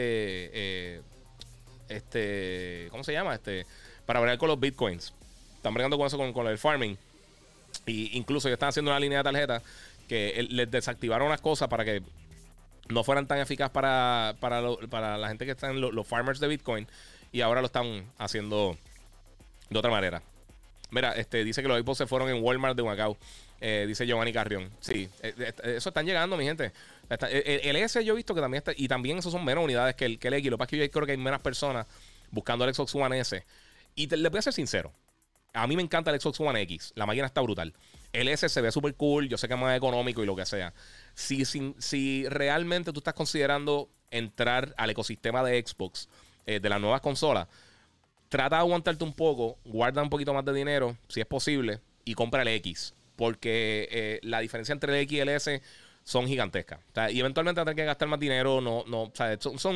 [SPEAKER 1] ¿cómo se llama? Para bregar con los bitcoins. Están bregando con eso, con el farming. Y incluso ya están haciendo una línea de tarjetas que les desactivaron unas cosas para que no fueran tan eficaz para la gente que están los farmers de Bitcoin. Y ahora lo están haciendo de otra manera. Mira, dice que los iPods se fueron en Walmart de Macao. Dice Giovanni Carrión. Sí, eso están llegando, mi gente. El S yo he visto que también está, y también esos son menos unidades que el X. Lo que pasa es que yo creo que hay menos personas buscando el Xbox One S. Y les voy a ser sincero. A mí me encanta el Xbox One X. La máquina está brutal. El S se ve súper cool. Yo sé que es más económico y lo que sea. Si realmente tú estás considerando entrar al ecosistema de Xbox, de las nuevas consolas, trata de aguantarte un poco, guarda un poquito más de dinero, si es posible, y compra el X. Porque la diferencia entre el X y el S son gigantescas. O sea, y eventualmente vas a tener que gastar más dinero. O sea,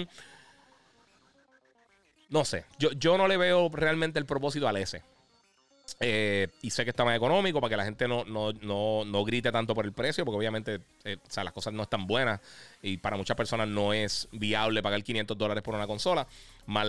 [SPEAKER 1] no sé. Yo no le veo realmente el propósito al S. Y sé que está más económico para que la gente no grite tanto por el precio, porque obviamente o sea, las cosas no están buenas y para muchas personas no es viable pagar $500 por una consola, más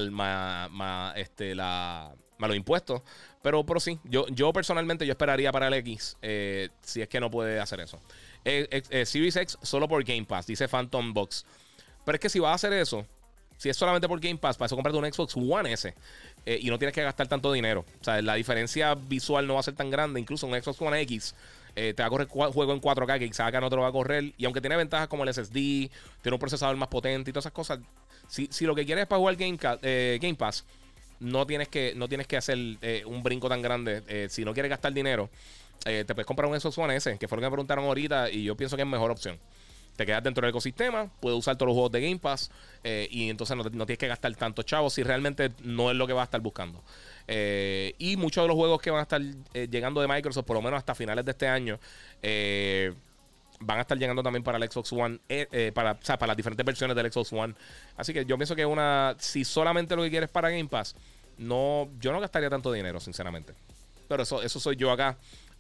[SPEAKER 1] los impuestos. Pero sí, yo personalmente yo esperaría para el X, si es que no puede hacer eso. Series X solo por Game Pass, dice Phantom Box. Pero es que si vas a hacer eso, si es solamente por Game Pass, para eso comprarte un Xbox One S. Y no tienes que gastar tanto dinero. O sea, la diferencia visual no va a ser tan grande. Incluso un Xbox One X te va a correr juego en 4K que quizás acá no te lo va a correr. Y aunque tiene ventajas como el SSD, tiene un procesador más potente y todas esas cosas. Si lo que quieres es para jugar Game Pass, no tienes que hacer un brinco tan grande. Si no quieres gastar dinero, te puedes comprar un Xbox One S, que fue lo que me preguntaron ahorita. Y yo pienso que es mejor opción. Te quedas dentro del ecosistema, puedes usar todos los juegos de Game Pass, y entonces no tienes que gastar tanto chavo si realmente no es lo que vas a estar buscando. Y muchos de los juegos que van a estar llegando de Microsoft, por lo menos hasta finales de este año, van a estar llegando también para el Xbox One, para las diferentes versiones del Xbox One. Así que yo pienso que si solamente lo que quieres para Game Pass, yo no gastaría tanto dinero, sinceramente. Pero eso soy yo acá.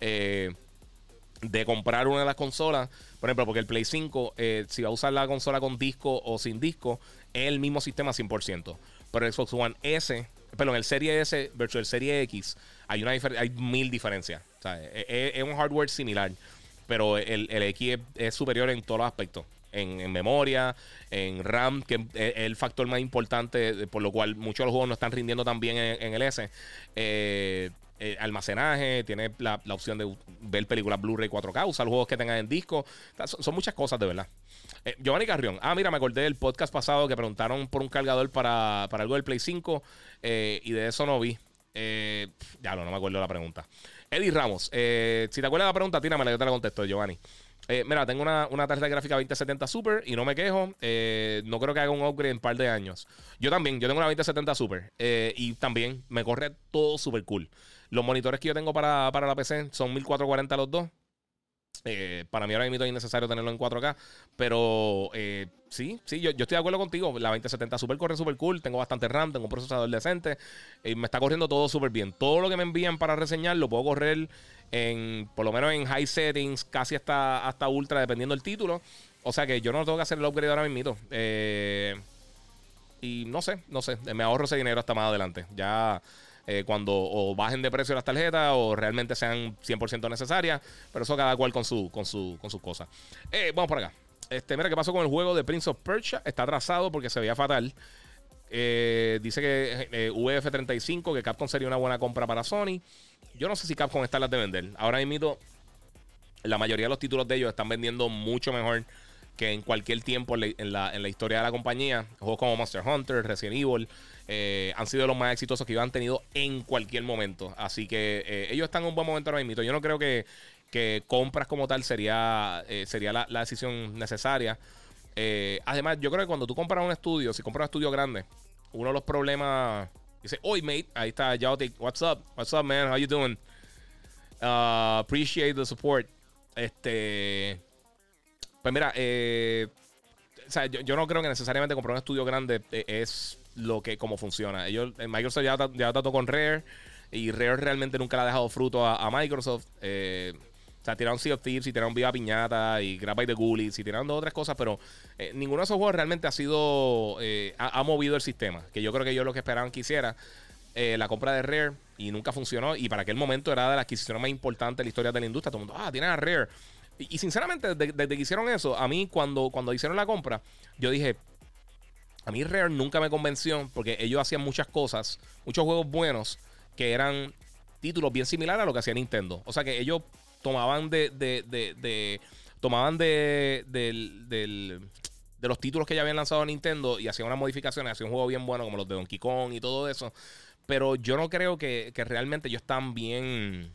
[SPEAKER 1] De comprar una de las consolas, por ejemplo, porque el Play 5, si va a usar la consola con disco o sin disco, es el mismo sistema 100%. Pero el Xbox One S, perdón, el Serie S versus el Serie X, hay 1000 diferencias. O sea, es un hardware similar, pero el X es superior en todos los aspectos. En memoria, en RAM, que es el factor más importante, por lo cual muchos de los juegos no están rindiendo tan bien en el S. Almacenaje, tiene la opción de ver películas Blu-ray 4K, usar juegos que tengan en disco. Son muchas cosas, de verdad. Giovanni Carrión, mira, me acordé del podcast pasado que preguntaron por un cargador para algo del Play 5, y de eso no vi. Ya no me acuerdo de la pregunta. Eddie Ramos, si te acuerdas de la pregunta, tíramela, yo te la contesto, Giovanni. Mira, tengo una tarjeta gráfica 2070 Super y no me quejo. No creo que haga un upgrade en un par de años. Yo tengo una 2070 Super, y también me corre todo super cool. Los monitores que yo tengo para la PC son 1440 los dos. Para mí ahora mismo es innecesario tenerlo en 4K. Pero sí, yo estoy de acuerdo contigo. La 2070 Super corre super cool. Tengo bastante RAM, tengo un procesador decente. Me está corriendo todo súper bien. Todo lo que me envían para reseñar lo puedo correr por lo menos en high settings, casi hasta ultra, dependiendo del título. O sea que yo no tengo que hacer el upgrade ahora mismo. Y no sé, me ahorro ese dinero hasta más adelante. Ya cuando o bajen de precio las tarjetas o realmente sean 100% necesarias. Pero eso cada cual con sus cosas. Vamos por acá. Mira qué pasó con el juego de Prince of Persia. Está atrasado porque se veía fatal. Dice que VF35, que Capcom sería una buena compra para Sony. Yo no sé si Capcom está las de vender. Ahora mismo la mayoría de los títulos de ellos están vendiendo mucho mejor que en cualquier tiempo en la historia de la compañía. Juegos como Monster Hunter, Resident Evil, han sido los más exitosos que ellos han tenido en cualquier momento. Así que ellos están en un buen momento ahora mismo. Yo no creo que compras como tal sería la decisión necesaria. Además, yo creo que cuando tú compras un estudio, si compras un estudio grande, uno de los problemas... Dice, "Oi, mate." Ahí está Yaotic. What's up, man? How you doing? Appreciate the support. Pues mira, o sea, yo no creo que necesariamente comprar un estudio grande es como funciona. Microsoft ya trató con Rare, y Rare realmente nunca le ha dejado fruto a Microsoft. O sea, tiraron Sea of Thieves y tiraron Viva Piñata y Grab by the Ghoulies y tiraron dos otras cosas, pero ninguno de esos juegos realmente ha movido el sistema, que yo creo que ellos lo que esperaban que hiciera. La compra de Rare, y nunca funcionó, y para aquel momento era de las adquisiciones más importantes de la historia de la industria. Todo el mundo, tienen a Rare. Y sinceramente, desde que hicieron eso, a mí cuando hicieron la compra, yo dije, a mí Rare nunca me convenció, porque ellos hacían muchas cosas, muchos juegos buenos, que eran títulos bien similares a lo que hacía Nintendo. O sea que ellos tomaban tomaban de los títulos que ya habían lanzado Nintendo y hacían unas modificaciones, hacían un juego bien bueno como los de Donkey Kong y todo eso. Pero yo no creo que realmente ellos están bien...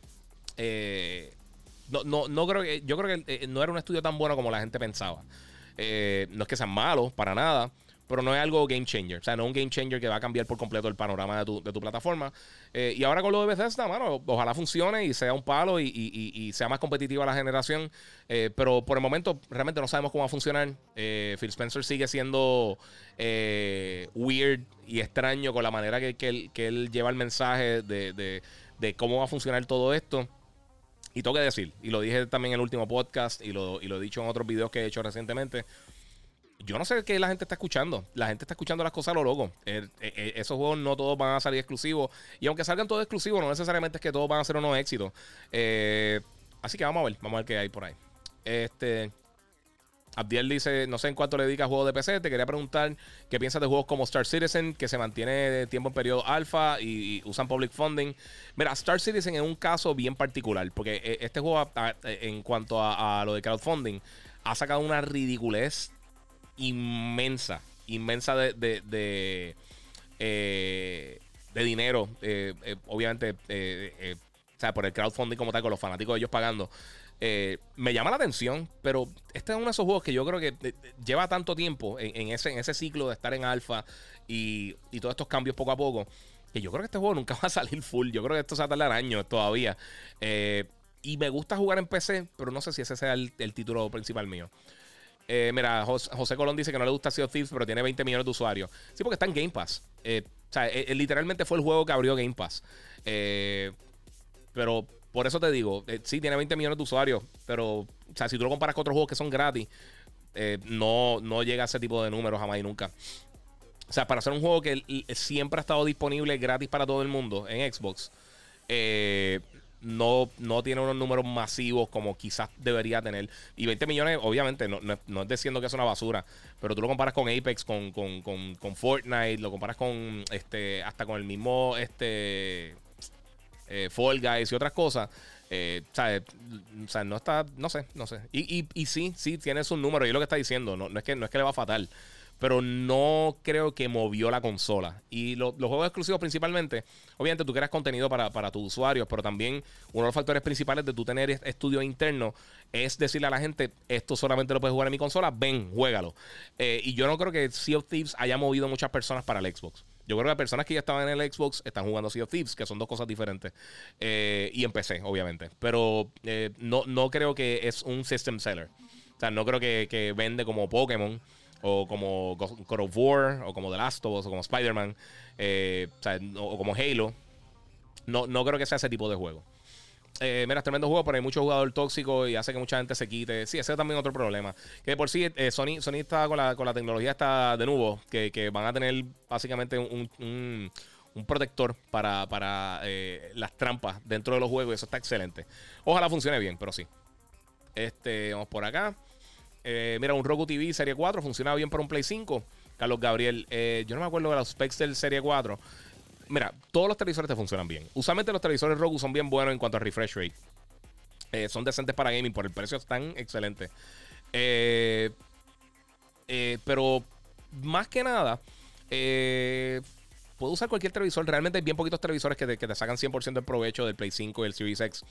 [SPEAKER 1] no creo que... Yo creo que no era un estudio tan bueno como la gente pensaba. No es que sean malos, para nada, pero no es algo game changer. O sea, no es un game changer que va a cambiar por completo el panorama de tu plataforma. Y ahora con lo de Bethesda, mano, ojalá funcione y sea un palo y sea más competitiva la generación. Pero por el momento realmente no sabemos cómo va a funcionar. Phil Spencer sigue siendo weird y extraño con la manera que él lleva el mensaje de cómo va a funcionar todo esto. Y tengo que decir, y lo dije también en el último podcast y lo he dicho en otros videos que he hecho recientemente, yo no sé qué la gente está escuchando. La gente está escuchando las cosas a lo loco. Esos juegos no todos van a salir exclusivos. Y aunque salgan todos exclusivos, no necesariamente es que todos van a ser unos éxitos. Así que vamos a ver qué hay por ahí. Abdiel dice, no sé en cuánto le dedica a juegos de PC. Te quería preguntar qué piensas de juegos como Star Citizen, que se mantiene de tiempo en periodo alfa y usan public funding. Mira, Star Citizen es un caso bien particular, porque este juego, en cuanto a lo de crowdfunding, ha sacado una ridiculez inmensa de dinero, obviamente, o sea, por el crowdfunding como tal, con los fanáticos de ellos pagando. Me llama la atención, pero este es uno de esos juegos que yo creo que lleva tanto tiempo en ese ciclo de estar en alfa y todos estos cambios poco a poco, que yo creo que este juego nunca va a salir full. Yo creo que esto se va a tardar años todavía. Y me gusta jugar en PC, pero no sé si ese sea el título principal mío. Mira, José Colón dice que no le gusta Sea of Thieves, pero tiene 20 millones de usuarios. Sí, porque está en Game Pass. O sea, literalmente fue el juego que abrió Game Pass. Pero por eso te digo, sí, tiene 20 millones de usuarios, pero, o sea, si tú lo comparas con otros juegos que son gratis, no llega a ese tipo de números jamás y nunca. O sea, para hacer un juego que siempre ha estado disponible gratis para todo el mundo en Xbox, no tiene unos números masivos como quizás debería tener. Y 20 millones, obviamente, no es diciendo que es una basura, pero tú lo comparas con Apex, con Fortnite, lo comparas con hasta con el mismo Fall Guys y otras cosas. O sea, no está, no sé. Y sí, tiene sus números, y es lo que está diciendo. No es que le va fatal, pero no creo que movió la consola. Y los juegos exclusivos principalmente, obviamente tú creas contenido para tus usuarios, pero también uno de los factores principales de tú tener estudio interno es decirle a la gente, esto solamente lo puedes jugar en mi consola, ven, juégalo. Y yo no creo que Sea of Thieves haya movido muchas personas para el Xbox. Yo creo que las personas que ya estaban en el Xbox están jugando Sea of Thieves, que son dos cosas diferentes. Y en PC, obviamente. Pero no creo que es un system seller. O sea, no creo que vende como Pokémon, o como God of War, o como The Last of Us, o como Spider-Man, o sea, o como Halo. No creo que sea ese tipo de juego. Mira, es tremendo juego, pero hay mucho jugador tóxico y hace que mucha gente se quite. Sí, ese es también otro problema. Que por sí, Sony está con la tecnología esta de nuevo, que van a tener básicamente un protector para las trampas dentro de los juegos, y eso está excelente. Ojalá funcione bien, pero sí. Vamos por acá. Mira, un Roku TV Serie 4 funciona bien para un Play 5. Carlos Gabriel, yo no me acuerdo de los specs del Serie 4. Mira, todos los televisores te funcionan bien. Usualmente los televisores Roku son bien buenos en cuanto a refresh rate. Son decentes para gaming, por el precio están excelentes. Pero más que nada, puedo usar cualquier televisor. Realmente hay bien poquitos televisores que te sacan 100% el provecho del Play 5 y el Series X.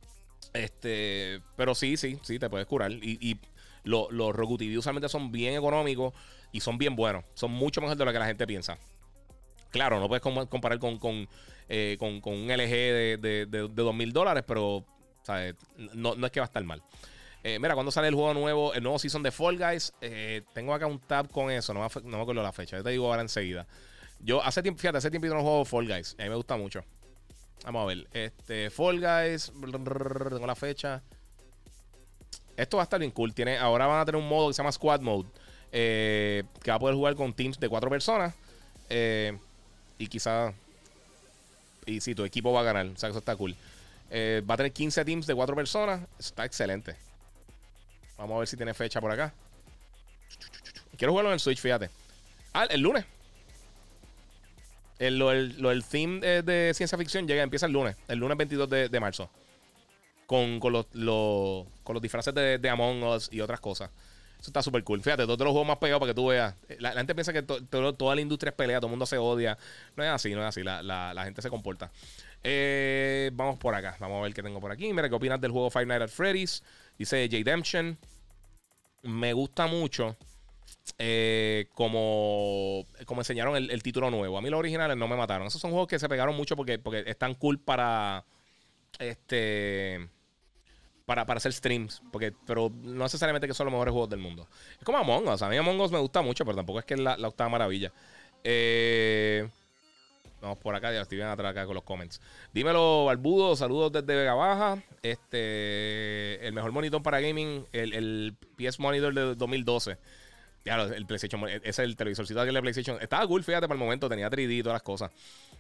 [SPEAKER 1] Pero sí, te puedes curar. Y los Roku TV usualmente son bien económicos y son bien buenos. Son mucho mejor de lo que la gente piensa. Claro, no puedes comparar con un LG de $2,000, pero ¿sabes? No es que va a estar mal. Mira, cuando sale el nuevo season de Fall Guys, tengo acá un tab con eso, no me acuerdo la fecha, yo te digo ahora enseguida. Yo hace tiempo no juego Fall Guys, a mí me gusta mucho. Vamos a ver, Fall Guys, tengo la fecha. Esto va a estar bien cool. Ahora van a tener un modo que se llama Squad Mode, que va a poder jugar con teams de 4 personas. Y quizá. Y sí, tu equipo va a ganar. O sea, eso está cool. Va a tener 15 teams de 4 personas. Eso está excelente. Vamos a ver si tiene fecha por acá. Quiero jugarlo en el Switch, fíjate. El lunes. El theme de ciencia ficción empieza el lunes. El lunes 22 de marzo. con los disfraces de Among Us y otras cosas. Eso está súper cool. Fíjate, todos los juegos más pegados para que tú veas. La gente piensa que toda la industria es pelea, todo el mundo se odia. No es así, no es así. La gente se comporta. Vamos por acá. Vamos a ver qué tengo por aquí. Mira, ¿qué opinas del juego Five Nights at Freddy's? Dice J-Demption. Me gusta mucho como enseñaron el título nuevo. A mí los originales no me mataron. Esos son juegos que se pegaron mucho porque están cool para para hacer streams, pero no necesariamente que son los mejores juegos del mundo. Es como Among Us. A mí Among Us me gusta mucho, pero tampoco es que es la octava maravilla. Vamos por acá, ya estoy bien atrás acá con los comments. Dímelo, Barbudo, saludos desde Vega Baja. El mejor monitor para gaming, el PS Monitor de 2012. Ya, el PlayStation, ese es el televisorcito de la PlayStation. Estaba cool, fíjate, para el momento, tenía 3D y todas las cosas.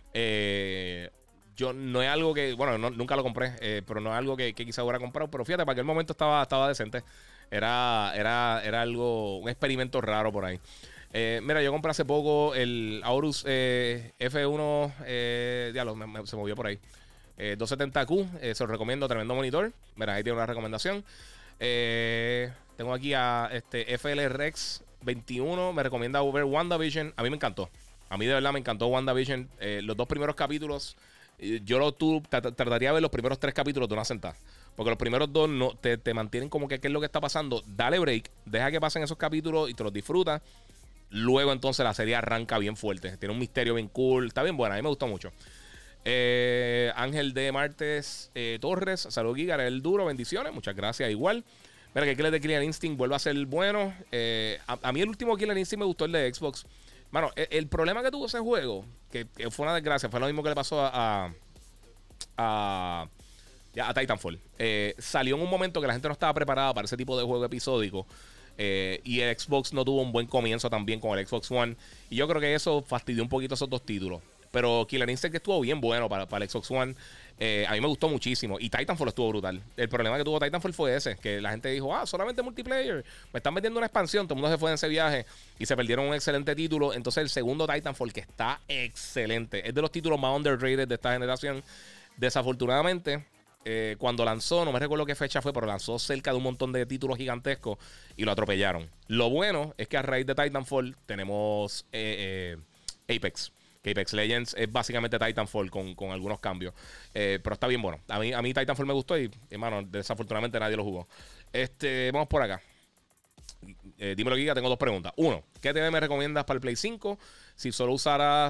[SPEAKER 1] Yo no es algo que, bueno, nunca lo compré, pero no es algo que quizá hubiera comprado. Pero fíjate, para aquel momento estaba decente. Era algo, un experimento raro por ahí. Mira, yo compré hace poco el Aorus F1, se movió por ahí. 270Q, se lo recomiendo, tremendo monitor. Mira, ahí tiene una recomendación. Tengo aquí a FL Rex 21, me recomienda ver WandaVision. A mí me encantó. A mí de verdad me encantó WandaVision. Los 2 primeros capítulos, yo trataría de ver los primeros 3 capítulos de una sentada. Porque los primeros 2 no, te mantienen como que qué es lo que está pasando. Dale break, deja que pasen esos capítulos y te los disfrutas. Luego entonces la serie arranca bien fuerte. Tiene un misterio bien cool. Está bien buena, a mí me gustó mucho. Ángel de Martes Torres, saludos Giga, el duro, bendiciones, muchas gracias igual. Mira que Killer de Killer Instinct vuelve a ser bueno. A mí el último Killer Instinct me gustó, el de Xbox. Mano, el problema que tuvo ese juego, que fue una desgracia, fue lo mismo que le pasó a Titanfall. Salió en un momento que la gente no estaba preparada para ese tipo de juego episódico. Y el Xbox no tuvo un buen comienzo también con el Xbox One. Y yo creo que eso fastidió un poquito esos 2 títulos. Pero Killer Instinct estuvo bien bueno para el Xbox One. A mí me gustó muchísimo. Y Titanfall estuvo brutal. El problema que tuvo Titanfall fue ese, que la gente dijo, solamente multiplayer. Me están metiendo una expansión. Todo el mundo se fue en ese viaje y se perdieron un excelente título. Entonces el segundo Titanfall, que está excelente, es de los títulos más underrated de esta generación. Desafortunadamente, cuando lanzó, no me recuerdo qué fecha fue, pero lanzó cerca de un montón de títulos gigantescos y lo atropellaron. Lo bueno es que a raíz de Titanfall tenemos Apex. Que Apex Legends es básicamente Titanfall con algunos cambios. Pero está bien bueno. A mí Titanfall me gustó y, hermano, desafortunadamente nadie lo jugó. Vamos por acá. Dímelo, Giga, tengo 2 preguntas. 1, ¿qué TV me recomiendas para el Play 5? Si solo usaré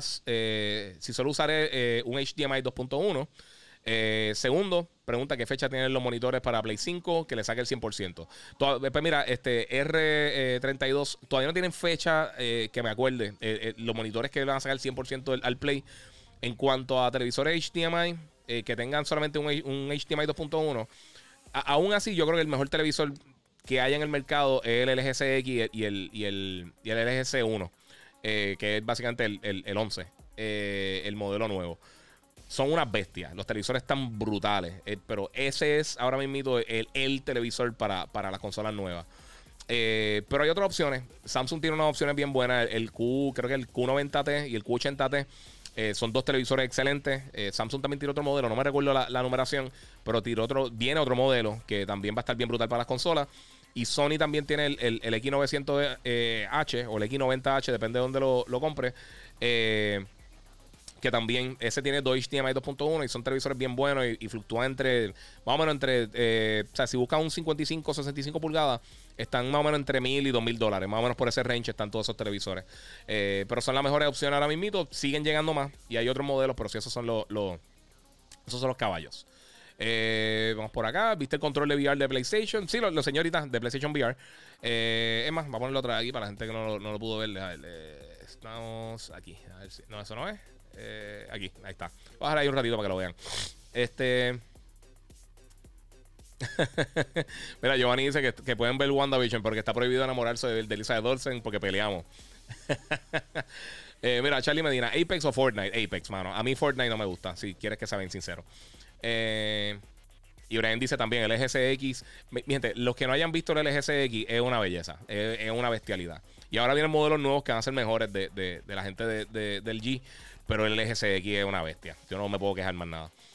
[SPEAKER 1] un HDMI 2.1. Segundo, pregunta qué fecha tienen los monitores para Play 5 que le saque el 100%. Pues mira, R32 todavía no tienen fecha que me acuerde. Los monitores que le van a sacar el 100% al Play. En cuanto a televisores HDMI que tengan solamente un HDMI 2.1, aún así yo creo que el mejor televisor que hay en el mercado es el LG CX y el LG C1, que es básicamente el 11, el modelo nuevo. Son unas bestias. Los televisores están brutales. Pero ese es ahora mismo el televisor para las consolas nuevas. Pero hay otras opciones. Samsung tiene unas opciones bien buenas. Creo que el Q90T y el Q80T son 2 televisores excelentes. Samsung también tiene otro modelo. No me recuerdo la numeración. Pero viene otro modelo que también va a estar bien brutal para las consolas. Y Sony también tiene el X900H o el X90H, depende de dónde lo compre. Que también ese tiene 2 HDMI 2.1 y son televisores bien buenos y fluctúan entre, más o menos entre, o sea, si buscan un 55 o 65 pulgadas, están más o menos entre $1,000 y $2,000, más o menos por ese range están todos esos televisores. Pero son las mejores opciones ahora mismo, siguen llegando más y hay otros modelos, pero sí, esos son los caballos. Vamos por acá. ¿Viste el control de VR de PlayStation? Sí, los señoritas de PlayStation VR. Es más, vamos a ponerlo otra vez aquí para la gente que no lo pudo ver. Estamos aquí. A ver si, no, eso no es. Aquí, ahí está. Voy a dejar ahí un ratito para que lo vean. Mira, Giovanni dice que pueden ver WandaVision porque está prohibido enamorarse de Elizabeth Olsen porque peleamos. Mira, Charlie Medina, ¿Apex o Fortnite? Apex, mano. A mí Fortnite no me gusta, si quieres que sea bien sincero. Y Brian dice también el LGCX. Mi gente, los que no hayan visto el LGCX es una belleza, es una bestialidad. Y ahora vienen modelos nuevos que van a ser mejores de la gente del G. Pero el LGCX es una bestia. Yo no me puedo quejar más nada.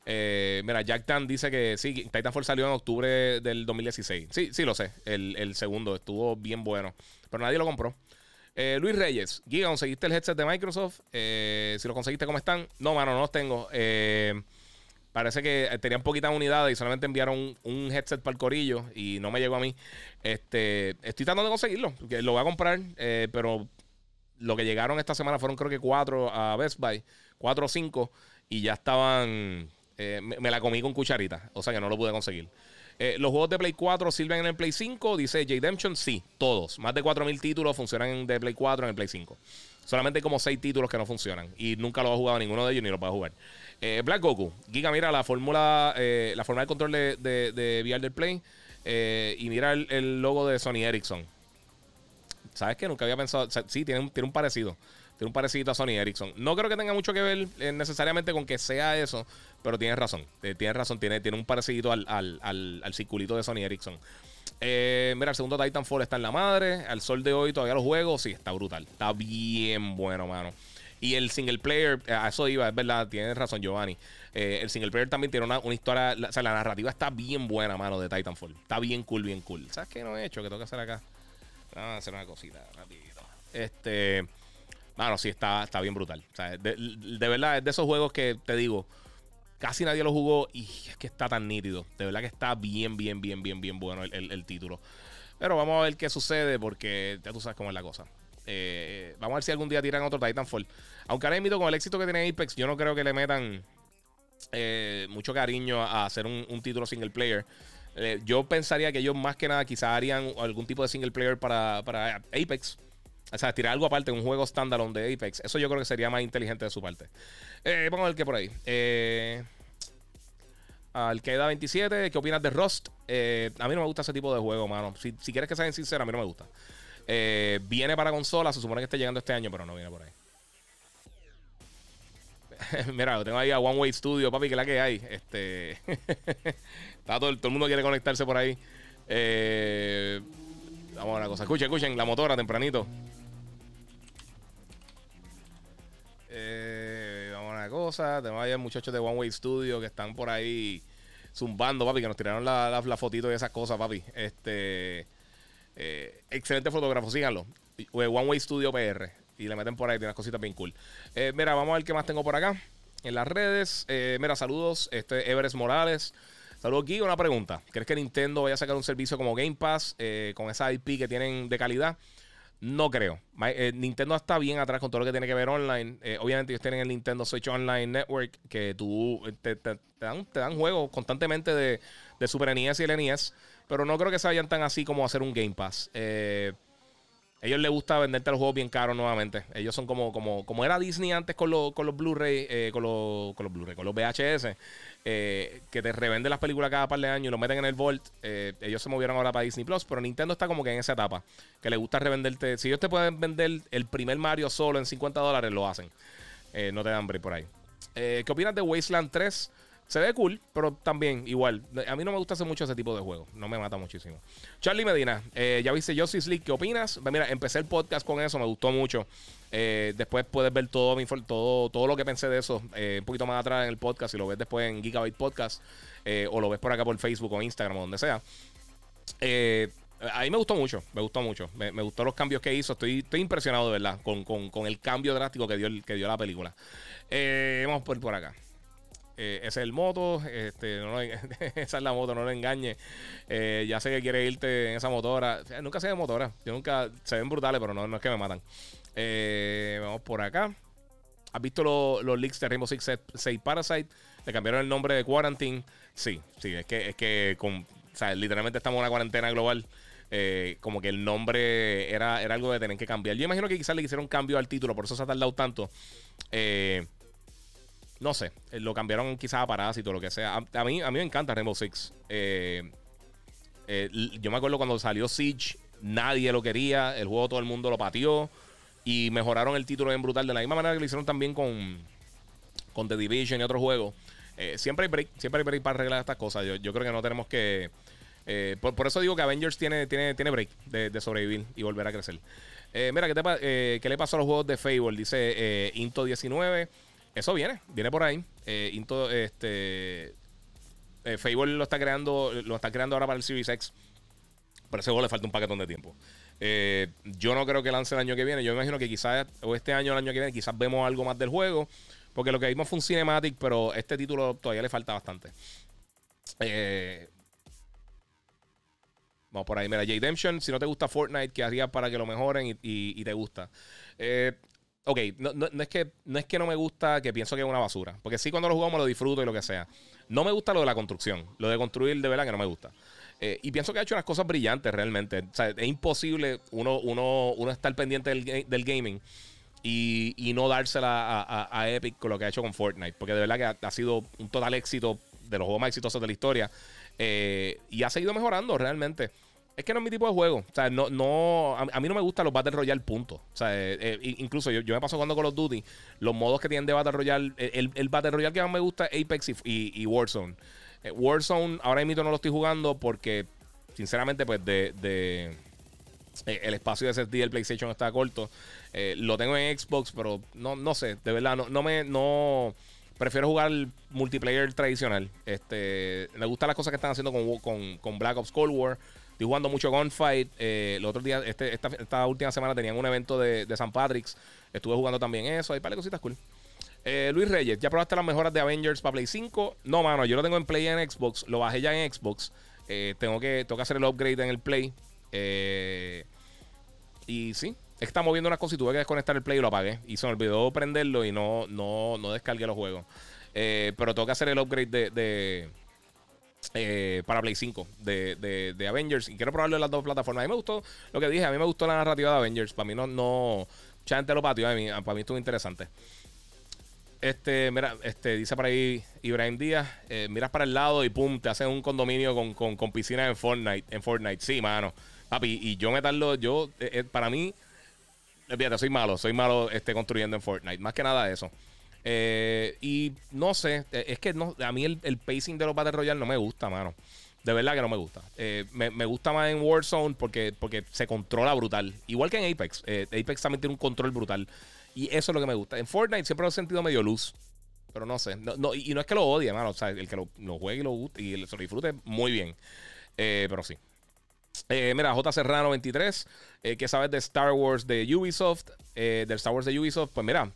[SPEAKER 1] Mira, Jack Tan dice que sí, Titanfall salió en octubre del 2016. Sí, sí lo sé. El segundo estuvo bien bueno. Pero nadie lo compró. Luis Reyes, Giga, ¿conseguiste el headset de Microsoft? Si lo conseguiste, ¿cómo están? No, mano, no los tengo. Parece que tenían poquitas unidades y solamente enviaron un headset para el corillo y no me llegó a mí. Estoy tratando de conseguirlo, que lo voy a comprar, pero lo que llegaron esta semana fueron creo que 4 a Best Buy, 4 o 5, y ya estaban, me la comí con cucharita, o sea que no lo pude conseguir. Los juegos de Play 4 sirven en el Play 5, dice J-Demption, sí, todos. Más de 4.000 títulos funcionan de Play 4 en el Play 5. Solamente hay como 6 títulos que no funcionan y nunca lo ha jugado ninguno de ellos ni lo va a jugar. Black Goku, Giga, mira la forma de control de VR del Play, y mira el logo de Sony Ericsson. ¿Sabes qué? Nunca había pensado. O sea, sí, tiene un parecido. Tiene un parecido a Sony Ericsson. No creo que tenga mucho que ver necesariamente con que sea eso, pero tienes razón. Tienes razón, tiene un parecido al circulito de Sony Ericsson. Mira, el segundo Titanfall está en la madre. Al sol de hoy todavía los juegos. Sí, está brutal. Está bien bueno, mano. Y el single player, a eso iba, es verdad, tienes razón, Giovanni. El single player también tiene una historia. O sea, la narrativa está bien buena, mano, de Titanfall. Está bien cool, bien cool. ¿Sabes qué no he hecho? Que tengo que hacer acá. Vamos a hacer una cosita rapidito. Mano, sí, está bien brutal. O sea, de verdad, es de esos juegos que te digo, casi nadie lo jugó y es que está tan nítido. De verdad que está bien bueno el título. Pero vamos a ver qué sucede porque ya tú sabes cómo es la cosa. Vamos a ver si algún día tiran otro Titanfall. Aunque ahora mismo con el éxito que tiene Apex, yo no creo que le metan mucho cariño a hacer un título single player. Yo pensaría que ellos más que nada quizás harían algún tipo de single player para Apex. O sea, tirar algo aparte, un juego standalone de Apex. Eso yo creo que sería más inteligente de su parte. Vamos a ver qué por ahí. Al Queda 27, ¿qué opinas de Rust? A mí no me gusta ese tipo de juego, mano. Si quieres que sean sinceros, a mí no me gusta. Viene para consola, se supone que esté llegando este año, pero no viene por ahí. Mira, tengo ahí a One Way Studio, papi, que es la que hay. Todo el mundo quiere conectarse por ahí. Vamos a ver una cosa. Escuchen, la motora tempranito. Vamos a ver una cosa. Tenemos ahí a muchachos de One Way Studio que están por ahí zumbando, papi, que nos tiraron la fotito y esas cosas, papi. Excelente fotógrafo, síganlo. One Way Studio PR. Y le meten por ahí, tiene unas cositas bien cool. Mira, vamos a ver qué más tengo por acá en las redes. Mira, saludos. Everest Morales. Saludos aquí. Una pregunta. ¿Crees que Nintendo vaya a sacar un servicio como Game Pass con esa IP que tienen de calidad? No creo. Nintendo está bien atrás con todo lo que tiene que ver online. Obviamente ellos tienen el Nintendo Switch Online Network que tú te dan juegos constantemente de Super NES y el NES. Pero no creo que se vayan tan así como hacer un Game Pass. Ellos les gusta venderte los juegos bien caros nuevamente. Ellos son como era Disney antes con los Blu-ray, con los Blu-ray, con los VHS, que te revenden las películas cada par de años y lo meten en el Vault. Ellos se movieron ahora para Disney Plus, pero Nintendo está como que en esa etapa, que le gusta revenderte. Si ellos te pueden vender el primer Mario solo en $50, lo hacen. No te dan break por ahí. ¿Qué opinas de Wasteland 3? Se ve cool, pero también igual. A mí no me gusta hacer mucho ese tipo de juegos. No me mata muchísimo. Charlie Medina, ya viste Justice League, ¿qué opinas? Mira, empecé el podcast con eso, me gustó mucho. Después puedes ver todo lo que pensé de eso un poquito más atrás en el podcast. Si lo ves después en Gigabyte Podcast o lo ves por acá por Facebook o Instagram o donde sea. A mí me gustó mucho. Me gustó los cambios que hizo. Estoy impresionado de verdad con el cambio drástico que dio la película. Vamos por acá. Ese es el moto, esa es la moto, no lo engañes. Ya sé que quiere irte en esa motora. Nunca sé de motora. Se ven brutales, pero no es que me matan. Vamos por acá. ¿Has visto los leaks de Rainbow Six Siege Parasite? Le cambiaron el nombre de Quarantine. Sí, es que o sea, literalmente estamos en una cuarentena global. Como que el nombre era algo que tenían que cambiar. Yo imagino que quizás le hicieron cambio al título, por eso se ha tardado tanto. No sé, lo cambiaron quizás a Parásito o lo que sea. A mí me encanta Rainbow Six. Yo me acuerdo cuando salió Siege, nadie lo quería. El juego todo el mundo lo pateó. Y mejoraron el título bien brutal. De la misma manera que lo hicieron también con The Division y otros juegos. Siempre hay break para arreglar estas cosas. Yo creo que no tenemos que... por eso digo que Avengers tiene break de sobrevivir y volver a crecer. Mira, ¿qué le pasó a los juegos de Fable? Dice Into 19. eso viene por ahí. Fable lo está creando ahora para el Series X. Pero a ese juego le falta un paquetón de tiempo. Yo no creo que lance el año que viene. Yo me imagino que quizás, o este año o el año que viene, quizás vemos algo más del juego. Porque lo que vimos fue un cinematic, pero este título todavía le falta bastante. Vamos por ahí. Mira, J-Demption, si no te gusta Fortnite, ¿qué harías para que lo mejoren y te gusta? Ok, no es que no me gusta, que pienso que es una basura. Porque sí, cuando lo jugamos lo disfruto y lo que sea. No me gusta lo de la construcción. Lo de construir, de verdad, que no me gusta. Y pienso que ha hecho unas cosas brillantes realmente. O sea, es imposible uno estar pendiente del gaming y no dársela a Epic con lo que ha hecho con Fortnite. Porque de verdad que ha sido un total éxito, de los juegos más exitosos de la historia. Y ha seguido mejorando realmente. Es que no es mi tipo de juego. O sea, a mí no me gustan los Battle Royale, punto. O sea, incluso yo me paso jugando Call of Duty. Los modos que tienen de Battle Royale, el Battle Royale que más me gusta es Apex y Warzone. Warzone ahora mismo no lo estoy jugando porque, sinceramente, pues el espacio de SSD del PlayStation está corto. Lo tengo en Xbox, pero no sé. De verdad, no prefiero jugar multiplayer tradicional. Me gustan las cosas que están haciendo con Black Ops Cold War. Estoy jugando mucho Gunfight. Los otros días, esta última semana tenían un evento de St. Patrick's. Estuve jugando también eso. Hay un par de cositas cool. Luis Reyes, ¿ya probaste las mejoras de Avengers para Play 5? No, mano, yo lo tengo en Play y en Xbox. Lo bajé ya en Xbox. Tengo que hacer el upgrade en el Play. Y sí, es que estaba moviendo unas cosas y tuve que desconectar el Play y lo apagué. Y se me olvidó prenderlo y no descargué los juegos. Pero tengo que hacer el upgrade para Play 5 de Avengers. Y quiero probarlo en las dos plataformas. A mí me gustó lo que dije. A mí me gustó la narrativa de Avengers. Para mí mucha gente lo pateó. Para mí estuvo interesante. Mira, dice por ahí Ibrahim Díaz, miras para el lado y pum, te hacen un condominio con piscina en Fortnite. Sí, mano. Papi, y yo para mí, fíjate, soy malo construyendo en Fortnite. Más que nada eso. Y no sé, es que a mí el pacing de los Battle Royale no me gusta, mano. De verdad que no me gusta. Me gusta más en Warzone porque se controla brutal. Igual que en Apex. Apex también tiene un control brutal. Y eso es lo que me gusta. En Fortnite siempre lo he sentido medio luz. Pero no sé. Y no es que lo odie, mano. O sea, el que lo juegue y se lo disfrute, muy bien. Pero sí. Mira, J. Serrano 23. ¿Qué sabes de Star Wars de Ubisoft? Del Star Wars de Ubisoft. Pues mira.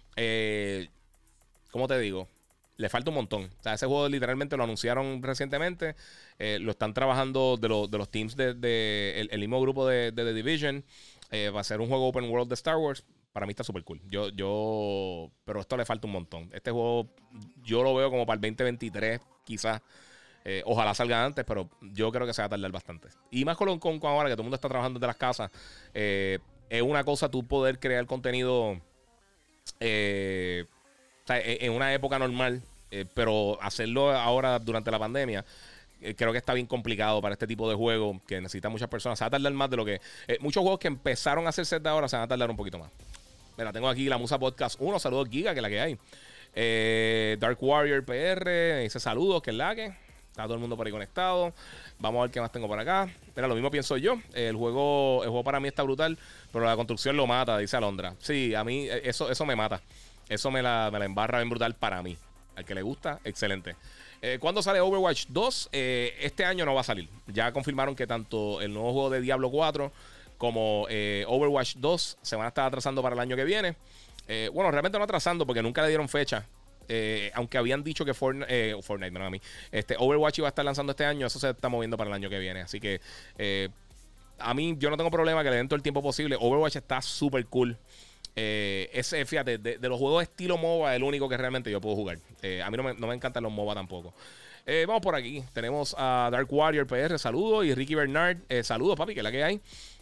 [SPEAKER 1] ¿Cómo te digo? Le falta un montón. O sea, ese juego literalmente lo anunciaron recientemente. Lo están trabajando de los teams el mismo grupo de The Division. Va a ser un juego open world de Star Wars. Para mí está súper cool. Pero esto le falta un montón. Este juego yo lo veo como para el 2023, quizás. Ojalá salga antes, pero yo creo que se va a tardar bastante. Y más con ahora que todo el mundo está trabajando desde las casas. Es una cosa tú poder crear contenido o sea, en una época normal, pero hacerlo ahora durante la pandemia. Creo que está bien complicado para este tipo de juego que necesita muchas personas. Se va a tardar más de lo que... muchos juegos que empezaron a hacerse de ahora se van a tardar un poquito más. Mira, tengo aquí la Musa Podcast 1. Saludos, Giga, que es la que hay. Dark Warrior PR dice saludos, que es la que... Está todo el mundo por ahí conectado. Vamos a ver qué más tengo por acá. Mira, lo mismo pienso yo. El juego para mí está brutal, pero la construcción lo mata, dice Alondra. Sí, a mí eso me mata. Eso me la embarra bien brutal para mí. Al que le gusta, excelente. ¿Cuándo sale Overwatch 2? Este año no va a salir. Ya confirmaron que tanto el nuevo juego de Diablo 4 como Overwatch 2 se van a estar atrasando para el año que viene. Bueno, realmente no atrasando porque nunca le dieron fecha. Aunque habían dicho que Fortnite, no a mí, Overwatch iba a estar lanzando este año, eso se está moviendo para el año que viene. Así que a mí yo no tengo problema que le den todo el tiempo posible. Overwatch está súper cool. Fíjate, de los juegos estilo MOBA, el único que realmente yo puedo jugar. A mí no me encantan los MOBA tampoco. Vamos por aquí. Tenemos a Dark Warrior PR, saludos. Y Ricky Bernard, saludos, papi, que es la que hay.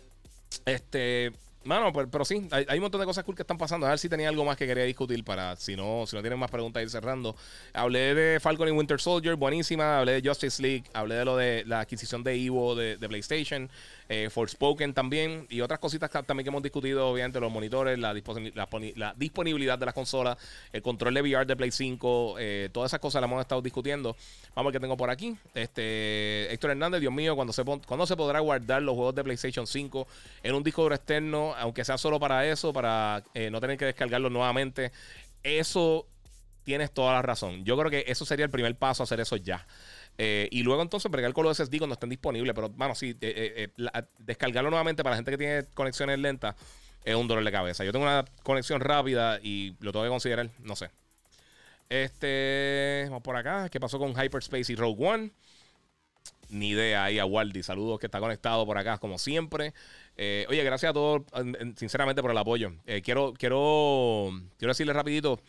[SPEAKER 1] Mano, pero sí, hay un montón de cosas cool que están pasando. A ver si tenía algo más que quería discutir para, si no tienen más preguntas, ir cerrando. Hablé de Falcon y Winter Soldier, buenísima. Hablé de Justice League, hablé de lo de la adquisición de Evo de PlayStation, Forspoken también, y otras cositas también que hemos discutido, obviamente, los monitores, la disponibilidad de las consolas, el control de VR de Play 5, todas esas cosas las hemos estado discutiendo. Vamos a ver qué tengo por aquí. Héctor Hernández, Dios mío, ¿cuándo se podrá guardar los juegos de PlayStation 5 en un disco duro externo, aunque sea solo para eso, para no tener que descargarlos nuevamente? Eso tienes toda la razón. Yo creo que eso sería el primer paso, hacer eso ya. Y luego entonces bregar con los SSD cuando estén disponibles. Pero, bueno, sí, descargarlo nuevamente para la gente que tiene conexiones lentas es un dolor de cabeza. Yo tengo una conexión rápida y lo tengo que considerar, no sé. Vamos por acá. ¿Qué pasó con Hyperspace y Rogue One? Ni idea. Ahí a Waldi. Saludos, que está conectado por acá, como siempre. Oye, gracias a todos, sinceramente, por el apoyo. Quiero decirles rapidito.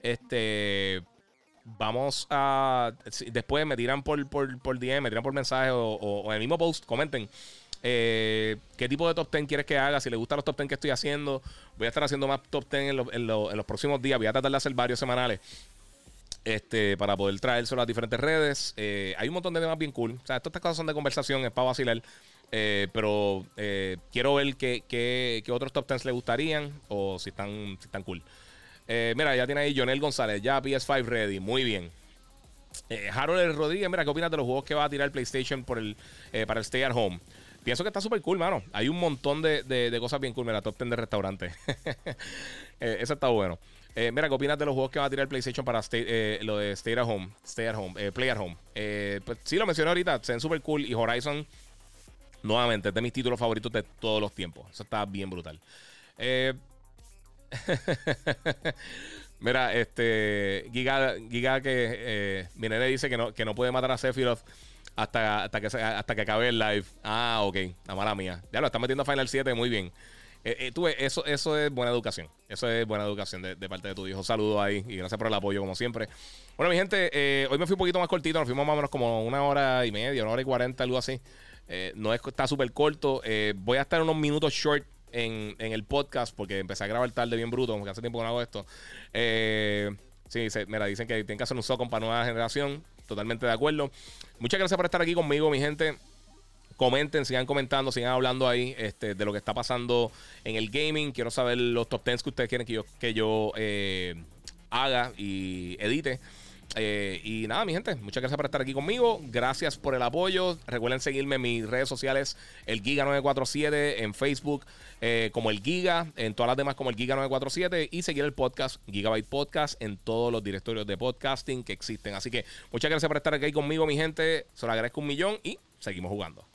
[SPEAKER 1] Vamos a... Después me tiran por DM, me tiran por mensaje o en el mismo post, comenten. ¿Qué tipo de top 10 quieres que haga? Si les gustan los top 10 que estoy haciendo, voy a estar haciendo más top 10 en los próximos días. Voy a tratar de hacer varios semanales para poder traérselo a las diferentes redes. Hay un montón de temas bien cool. O sea, todas estas cosas son de conversación, es para vacilar. Pero quiero ver qué otros top 10 les gustarían o si están cool. Mira, ya tiene ahí Jonel González, ya PS5 ready, muy bien. Harold Rodríguez, mira, ¿qué opinas de los juegos que va a tirar PlayStation para el Stay at Home? Pienso que está súper cool, mano. Hay un montón de cosas bien cool. Mira, top 10 de restaurante. Eso está bueno. Mira, ¿qué opinas de los juegos que va a tirar PlayStation para lo de Stay at Home? Play at Home. Pues sí, lo mencioné ahorita. Se ven súper cool. Y Horizon, nuevamente, es de mis títulos favoritos de todos los tiempos. Eso está bien brutal. Mira, Giga que mi nene dice que no puede matar a Sephiroth hasta que acabe el live. Ah, ok, la mala mía. Ya lo está metiendo a Final 7, muy bien. Tú ves, eso es buena educación. Eso es buena educación de parte de tu hijo. Saludos ahí y gracias por el apoyo, como siempre. Bueno, mi gente, hoy me fui un poquito más cortito. Nos fuimos más o menos como 1 hora y media, 1 hora y 40, algo así. Está súper corto. Voy a estar unos minutos short en el podcast porque empecé a grabar tarde bien bruto, porque hace tiempo que no hago esto. Sí, mira, dicen que tienen que hacer un SOCOM para nueva generación. Totalmente de acuerdo. Muchas gracias por estar aquí conmigo, mi gente. Comenten, sigan comentando, sigan hablando ahí de lo que está pasando en el gaming. Quiero saber los top 10 que ustedes quieren que yo haga y edite. Y nada, mi gente, muchas gracias por estar aquí conmigo. Gracias por el apoyo. Recuerden seguirme en mis redes sociales, el Giga947, en Facebook como el Giga, en todas las demás como el Giga947, y seguir el podcast Gigabyte Podcast en todos los directorios de podcasting que existen. Así que muchas gracias por estar aquí conmigo, mi gente. Se lo agradezco un millón y seguimos jugando.